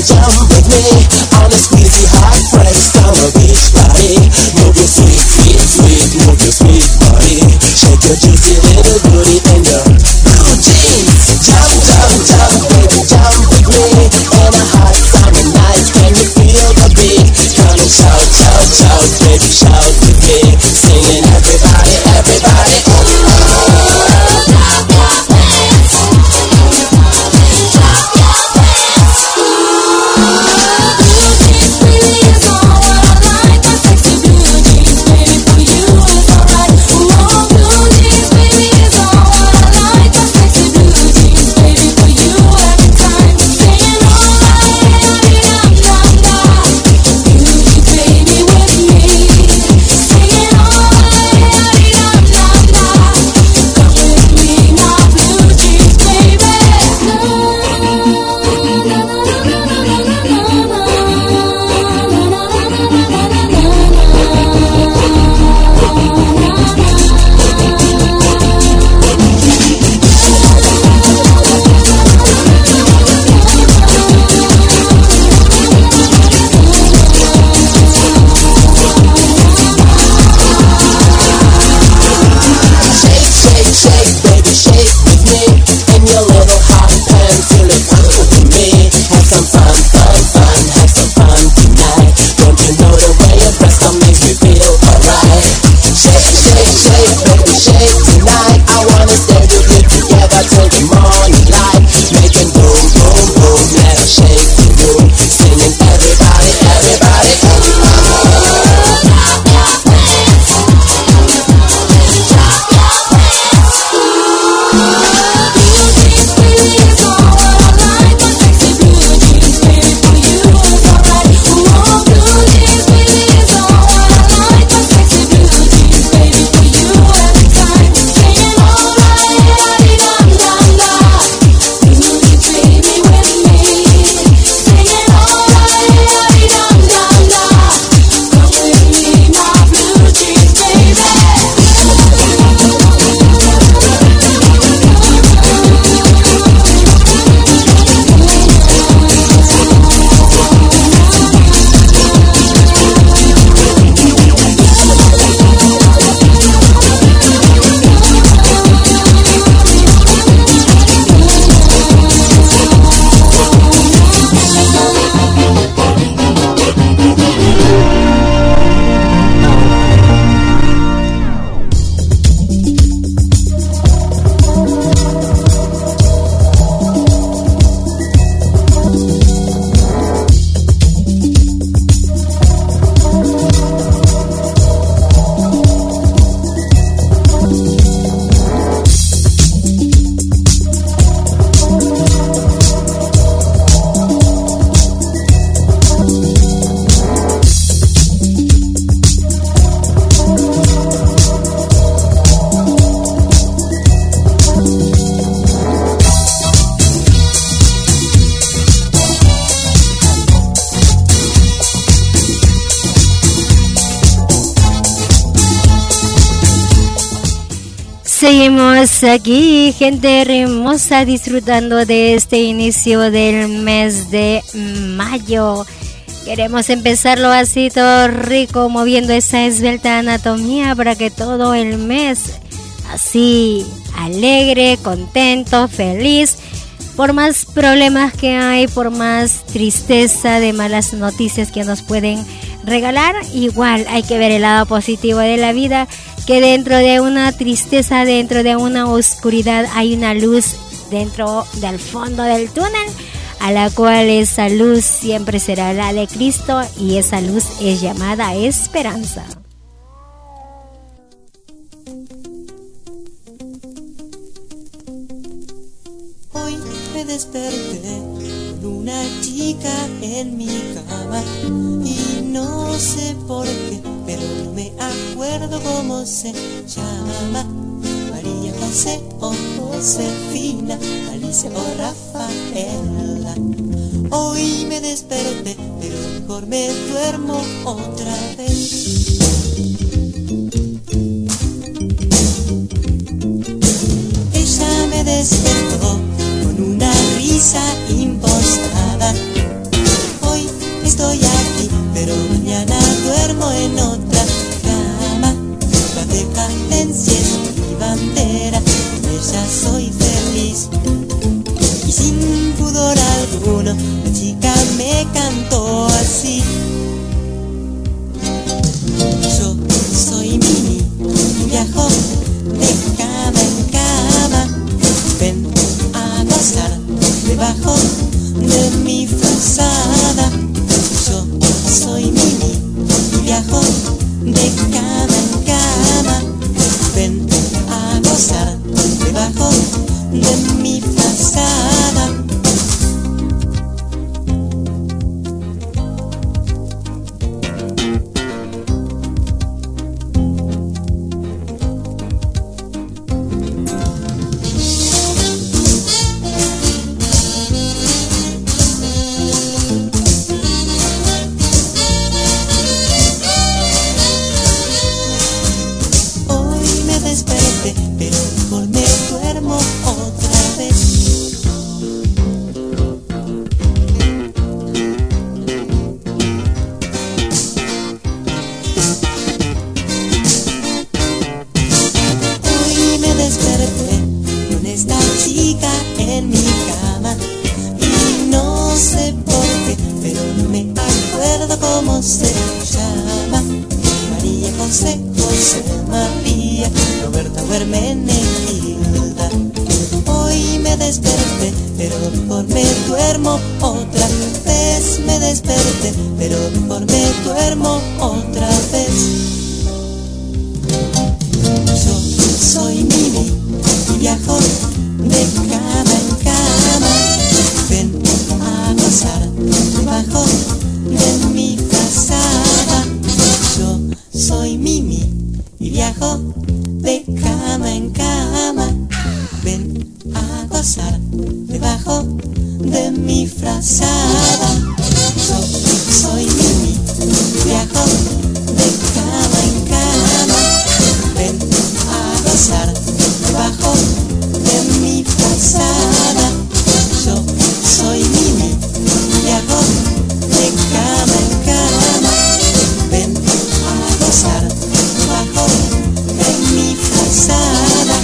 Speaker 7: jump with me on the squeezy hot fresh summer beach body. Move your sweet, sweet, sweet, move your sweet body. Shake your juicy little booty in your blue jeans. Jump, jump, jump, baby, jump with me in a hot summer night. Can you feel the beat? Come and shout, shout, shout, baby, shout with me, singing everybody, everybody.
Speaker 4: Seguimos aquí, gente hermosa, disfrutando de este inicio del mes de mayo. Queremos empezarlo así todo rico, moviendo esa esbelta anatomía para que todo el mes así, alegre, contento, feliz. Por más problemas que hay, por más tristeza de malas noticias que nos pueden regalar, igual hay que ver el lado positivo de la vida, que dentro de una tristeza, dentro de una oscuridad, hay una luz dentro del fondo del túnel, a la cual esa luz siempre será la de Cristo, y esa luz es llamada esperanza.
Speaker 14: Hoy me desperté con una chica en mi cama y no sé por qué, pero no me acuerdo cómo se llama. María, José o Josefina, Alicia o Rafaela. Hoy me desperté, pero mejor me duermo otra vez. Ella me despertó con una risa impostada inocencia es mi bandera, con ella soy feliz. Y sin pudor alguno, la chica me cantó así. Yo soy Mimi y viajo de cama en cama. Ven a gozar debajo de mi frazada. Yo soy Mimi y viajo de cama en cama. Ven a gozar debajo de mi frazada. Pero mejor me duermo otra vez. Hoy me desperté con esta chica en mi cama y no sé por qué, pero no me acuerdo cómo se llama. María José, José María, Roberta, Hermenegilda. Hoy me desperté, pero mejor me duermo otra vez. Me desperté, pero mejor me duermo otra vez. Yo soy Mimi y viajo de cama en cama. Ven a gozar debajo de mi frazada. Yo soy Mimi y viajo de cama en cama. Ven a gozar debajo de mi frazada. Yo soy Mimi y viajo de cama en cama. Ven a gozar debajo de mi frazada. Yo soy Mimi y viajo de cama en cama. Ven a gozar debajo de mi frazada.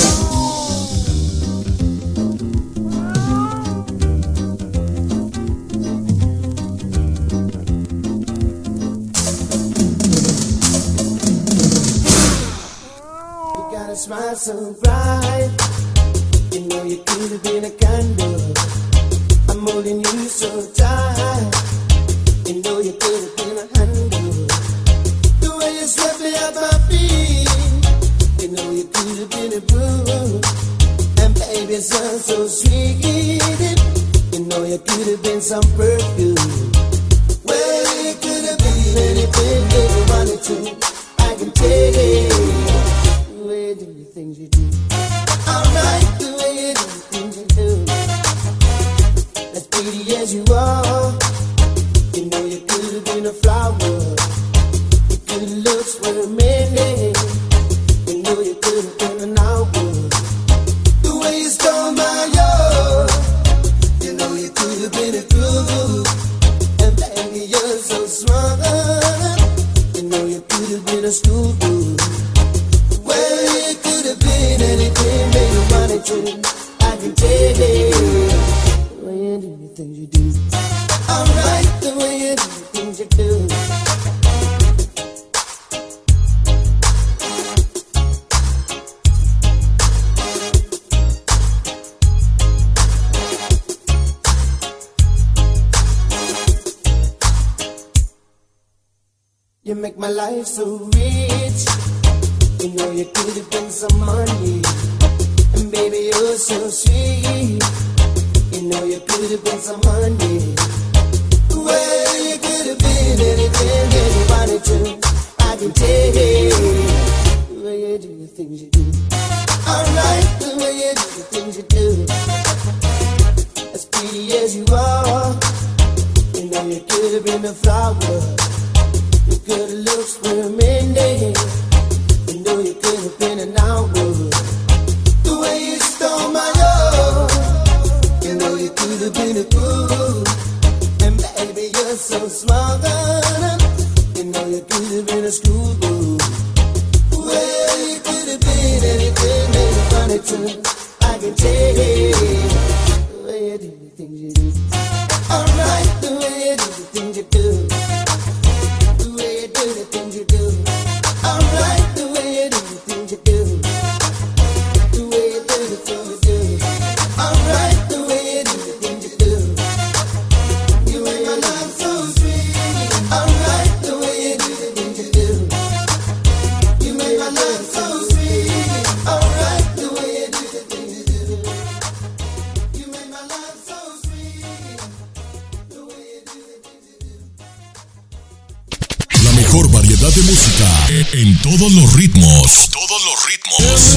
Speaker 3: You got a smile so bright, you know you could have been a candle. I'm holding you so tight, you know you could have been a handle. The way you swept me off my feet, you know you could have been a broom. And baby, it sounds so sweet, you know you could have been some perfume. Well, you could have been anything that you wanted to, I can take it. The way you do the things you do, alright, the way you do the things you do. As pretty as you are, you know you could have been a flower. Your good looks were many, you know you could have been an hour. The way you stole my heart, you know you could have been a groove. And baby, you're so smart, you know you could have been a schoolgirl. Well, you could have been anything that you wanted to, I can take it. The way you do the things you do, alright, the way you do the things you do. You make my life so rich, you know you could have been some money. And baby, you're so sweet, you know you could have been some honey. Well, you could have been anything that you wanted to, I can take it. The way you do the things you do, alright, the way you do the things you do. As pretty as you are, you know you could have been a flower. Your good looks were mending, you know you could have been an hour. The way you stole my love, you know you could have been a fool. And baby, you're so smart, you know you could have been a schoolgirl. Well, you could it's I can tell the way you do the things you do. Alright, the way you do the things you do. The way you do the things you do. Alright, the way you do the things you do. The way you do the things you do. Alright, the way you do the things you do. You make my life so sweet. Alright, the way you do the things you do. You make my life so sweet. Alright, the way you do the things you do. You make my life so sweet. The way you do the things you do.
Speaker 2: La mejor variedad de música en todos los ritmos. Todos los ritmos.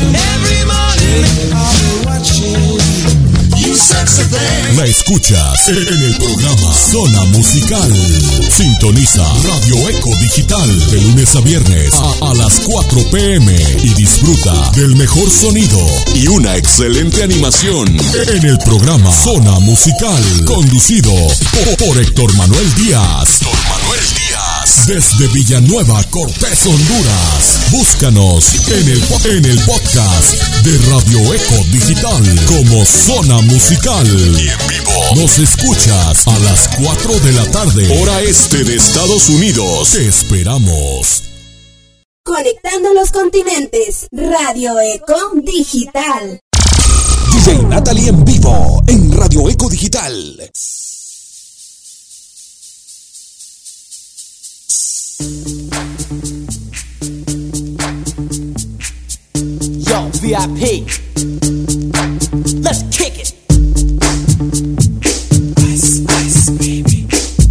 Speaker 2: La escuchas en el programa Zona Musical. Sintoniza Radio Eco Digital de lunes a viernes a las 4 p.m. y disfruta del mejor sonido y una excelente animación en el programa Zona Musical, conducido por Héctor Manuel Díaz. Desde Villanueva, Cortés, Honduras. Búscanos en el podcast de Radio Eco Digital como Zona Musical. Y en vivo nos escuchas a las 4 de la tarde, hora este de Estados Unidos. Te esperamos.
Speaker 13: Conectando los continentes. Radio Eco Digital.
Speaker 2: DJ Natalie en vivo en Radio Eco Digital.
Speaker 15: Yo, VIP, let's kick it. Ice, ice, baby.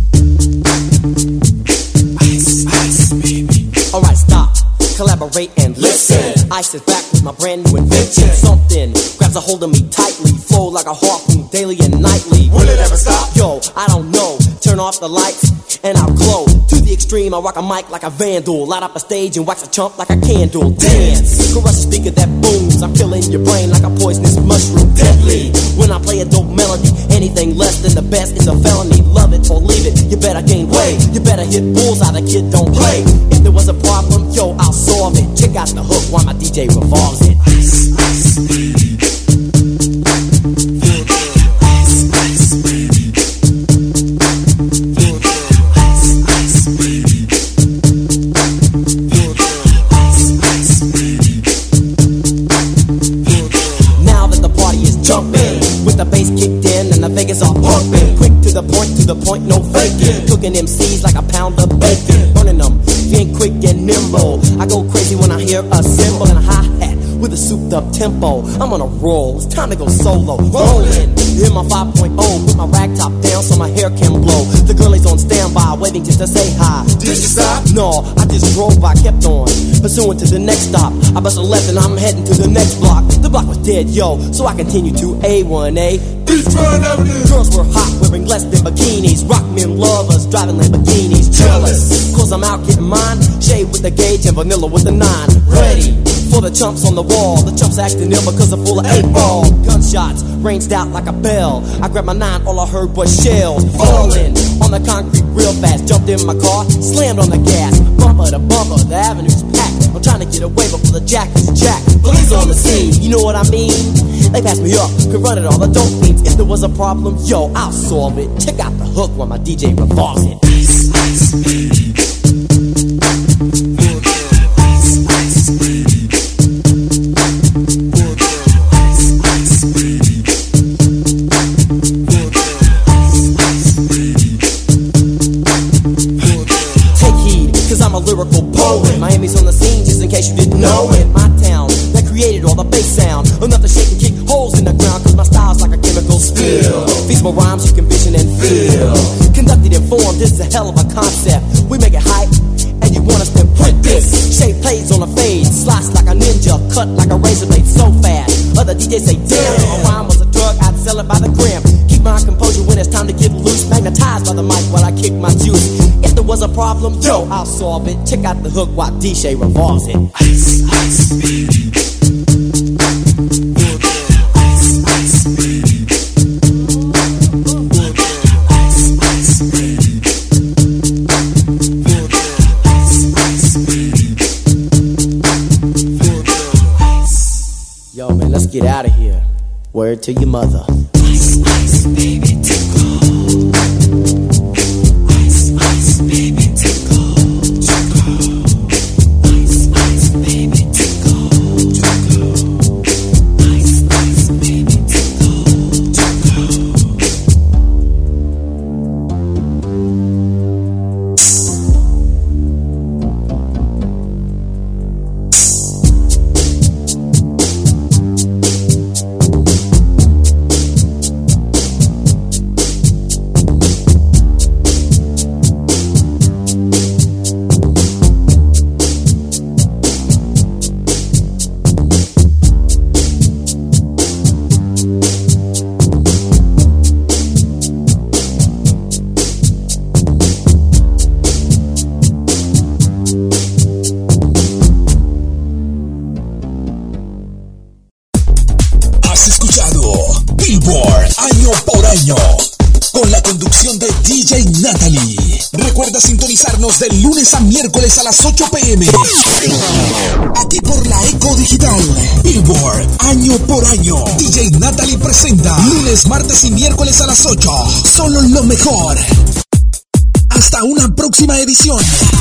Speaker 15: Ice, ice, baby. Alright, stop, collaborate and listen. Ice is back with my brand new invention. Something grabs a hold of me tightly, flow like a harpoon daily and nightly. Will it ever stop? Yo, I don't know. Turn off the lights and I'll glow. To the extreme, I rock a mic like a vandal. Light up a stage and wax a chump like a candle. Dance, caress a speaker that booms. I'm killing your brain like a poisonous mushroom. Deadly, when I play a dope melody. Anything less than the best is a felony. Love it or leave it, you better gain weight. You better hit bullseye, the kid don't play. If there was a problem, yo, I'll solve it. Check out the hook while my DJ revolves it. Ice, ice, baby. Vegas all pumping, quick to the point, no faking. Cooking MCs like a pound of bacon, burning them, being quick and nimble. I go crazy when I hear a cymbal and a hi-hat with a souped up tempo. I'm on a roll, it's time to go solo. Rolling, hit my 5.0, put my rag top down so my hair can blow. The girlie's on standby, waiting just to say hi. Did you stop? No, I just drove by, kept on, pursuing to the next stop. I bust a left and I'm heading to the next block. The block was dead, yo, so I continue to A1A. Girls were hot, wearing less than bikinis. Rock men lovers, driving Lamborghinis. Jealous, cause I'm out getting mine. Shade with the gauge and vanilla with the 9. Ready for the chumps on the wall. The chumps acting ill because I'm full of 8-ball. Gunshots ranged out like a bell. I grabbed my 9, all I heard was shells falling on the concrete real fast. Jumped in my car, slammed on the gas. Bumper to bumper, the avenue's packed. I'm trying to get away before the jack is jacked. Police on the scene, you know what I mean? They passed me up, could run it all the dope fiends. If there was a problem, yo, I'll solve it. Check out the hook while my DJ revolves it. Ice, ice, baby. Lyrical poet, Miami's on the scene, just in case you didn't know it. My town that created all the bass sound, enough to shake and kick holes in the ground. Cause my style's like a chemical spill. Feasible rhymes you can vision and feel. Conducted in form, this is a hell of a concept. We make it hype, and you want us to print this. Shape plays on a fade, slice like a ninja, cut like a razor blade so fast. Other DJs say, damn, if a rhyme was a drug, I'd sell it by the gram. Keep my composure when it's time to get loose, magnetized by the mic while I kick my juice. If there was a problem, yo, I'll solve it. Check out the hook while DJ revolves it. Ice, ice, baby. Ice, ice, baby. Ice, ice, baby. Ice, ice, baby. Yo, man, let's get out of here. Word to your mother.
Speaker 8: Ice, ice, baby, tickle. Ice, ice, baby, tickle. Ice, ice, baby, tickle. Ice, ice, baby, tickle.
Speaker 2: Has escuchado Billboard Año por Año con la conducción de DJ Natalie. Recuerda sintonizarnos de lunes a miércoles a las 8 p.m. Aquí por la Eco Digital. Billboard Año por Año. DJ Natalie presenta lunes, martes y miércoles a las 8. Solo lo mejor. Hasta una próxima edición.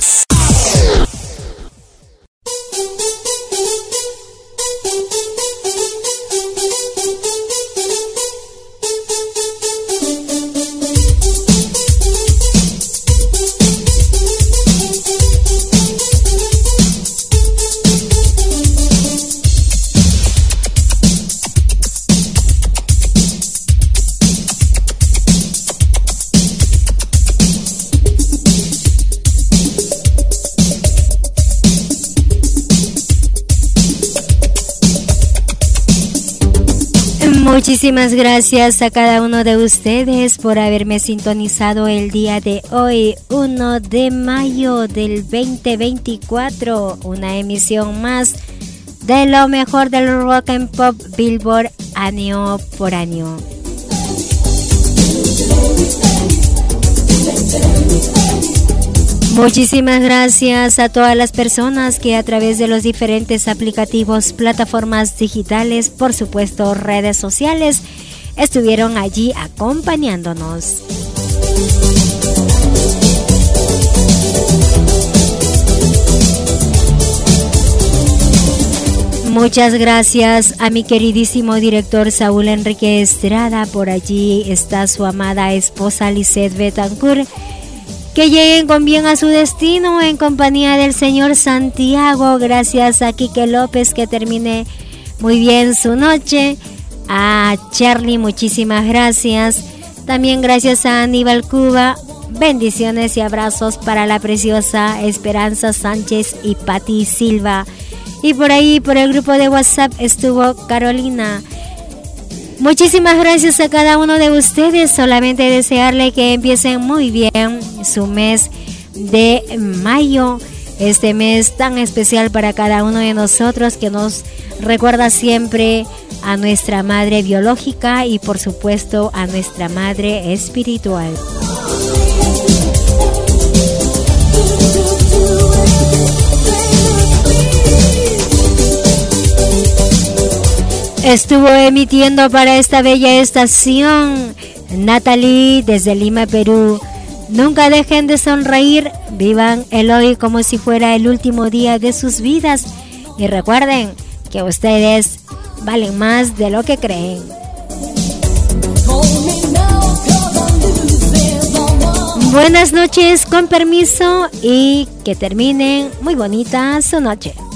Speaker 4: Muchísimas gracias a cada uno de ustedes por haberme sintonizado el día de hoy, 1 de mayo del 2024, una emisión más de lo mejor del rock and pop Billboard Año por Año. Muchísimas gracias a todas las personas que a través de los diferentes aplicativos, plataformas digitales, por supuesto redes sociales, estuvieron allí acompañándonos. Muchas gracias a mi queridísimo director Saúl Enrique Estrada. Por allí está su amada esposa Lisette Betancourt. Que lleguen con bien a su destino en compañía del señor Santiago. Gracias a Quique López, que termine muy bien su noche. A Charlie, muchísimas gracias. También gracias a Aníbal Cuba. Bendiciones y abrazos para la preciosa Esperanza Sánchez y Patti Silva. Y por ahí, por el grupo de WhatsApp, estuvo Carolina. Muchísimas gracias a cada uno de ustedes. Solamente desearle que empiecen muy bien su mes de mayo. Este mes tan especial para cada uno de nosotros, que nos recuerda siempre a nuestra madre biológica y por supuesto a nuestra madre espiritual. Estuvo emitiendo para esta bella estación Natalie desde Lima, Perú. Nunca dejen de sonreír, vivan el hoy como si fuera el último día de sus vidas y recuerden que ustedes valen más de lo que creen. Buenas noches, con permiso, y que terminen muy bonita su noche.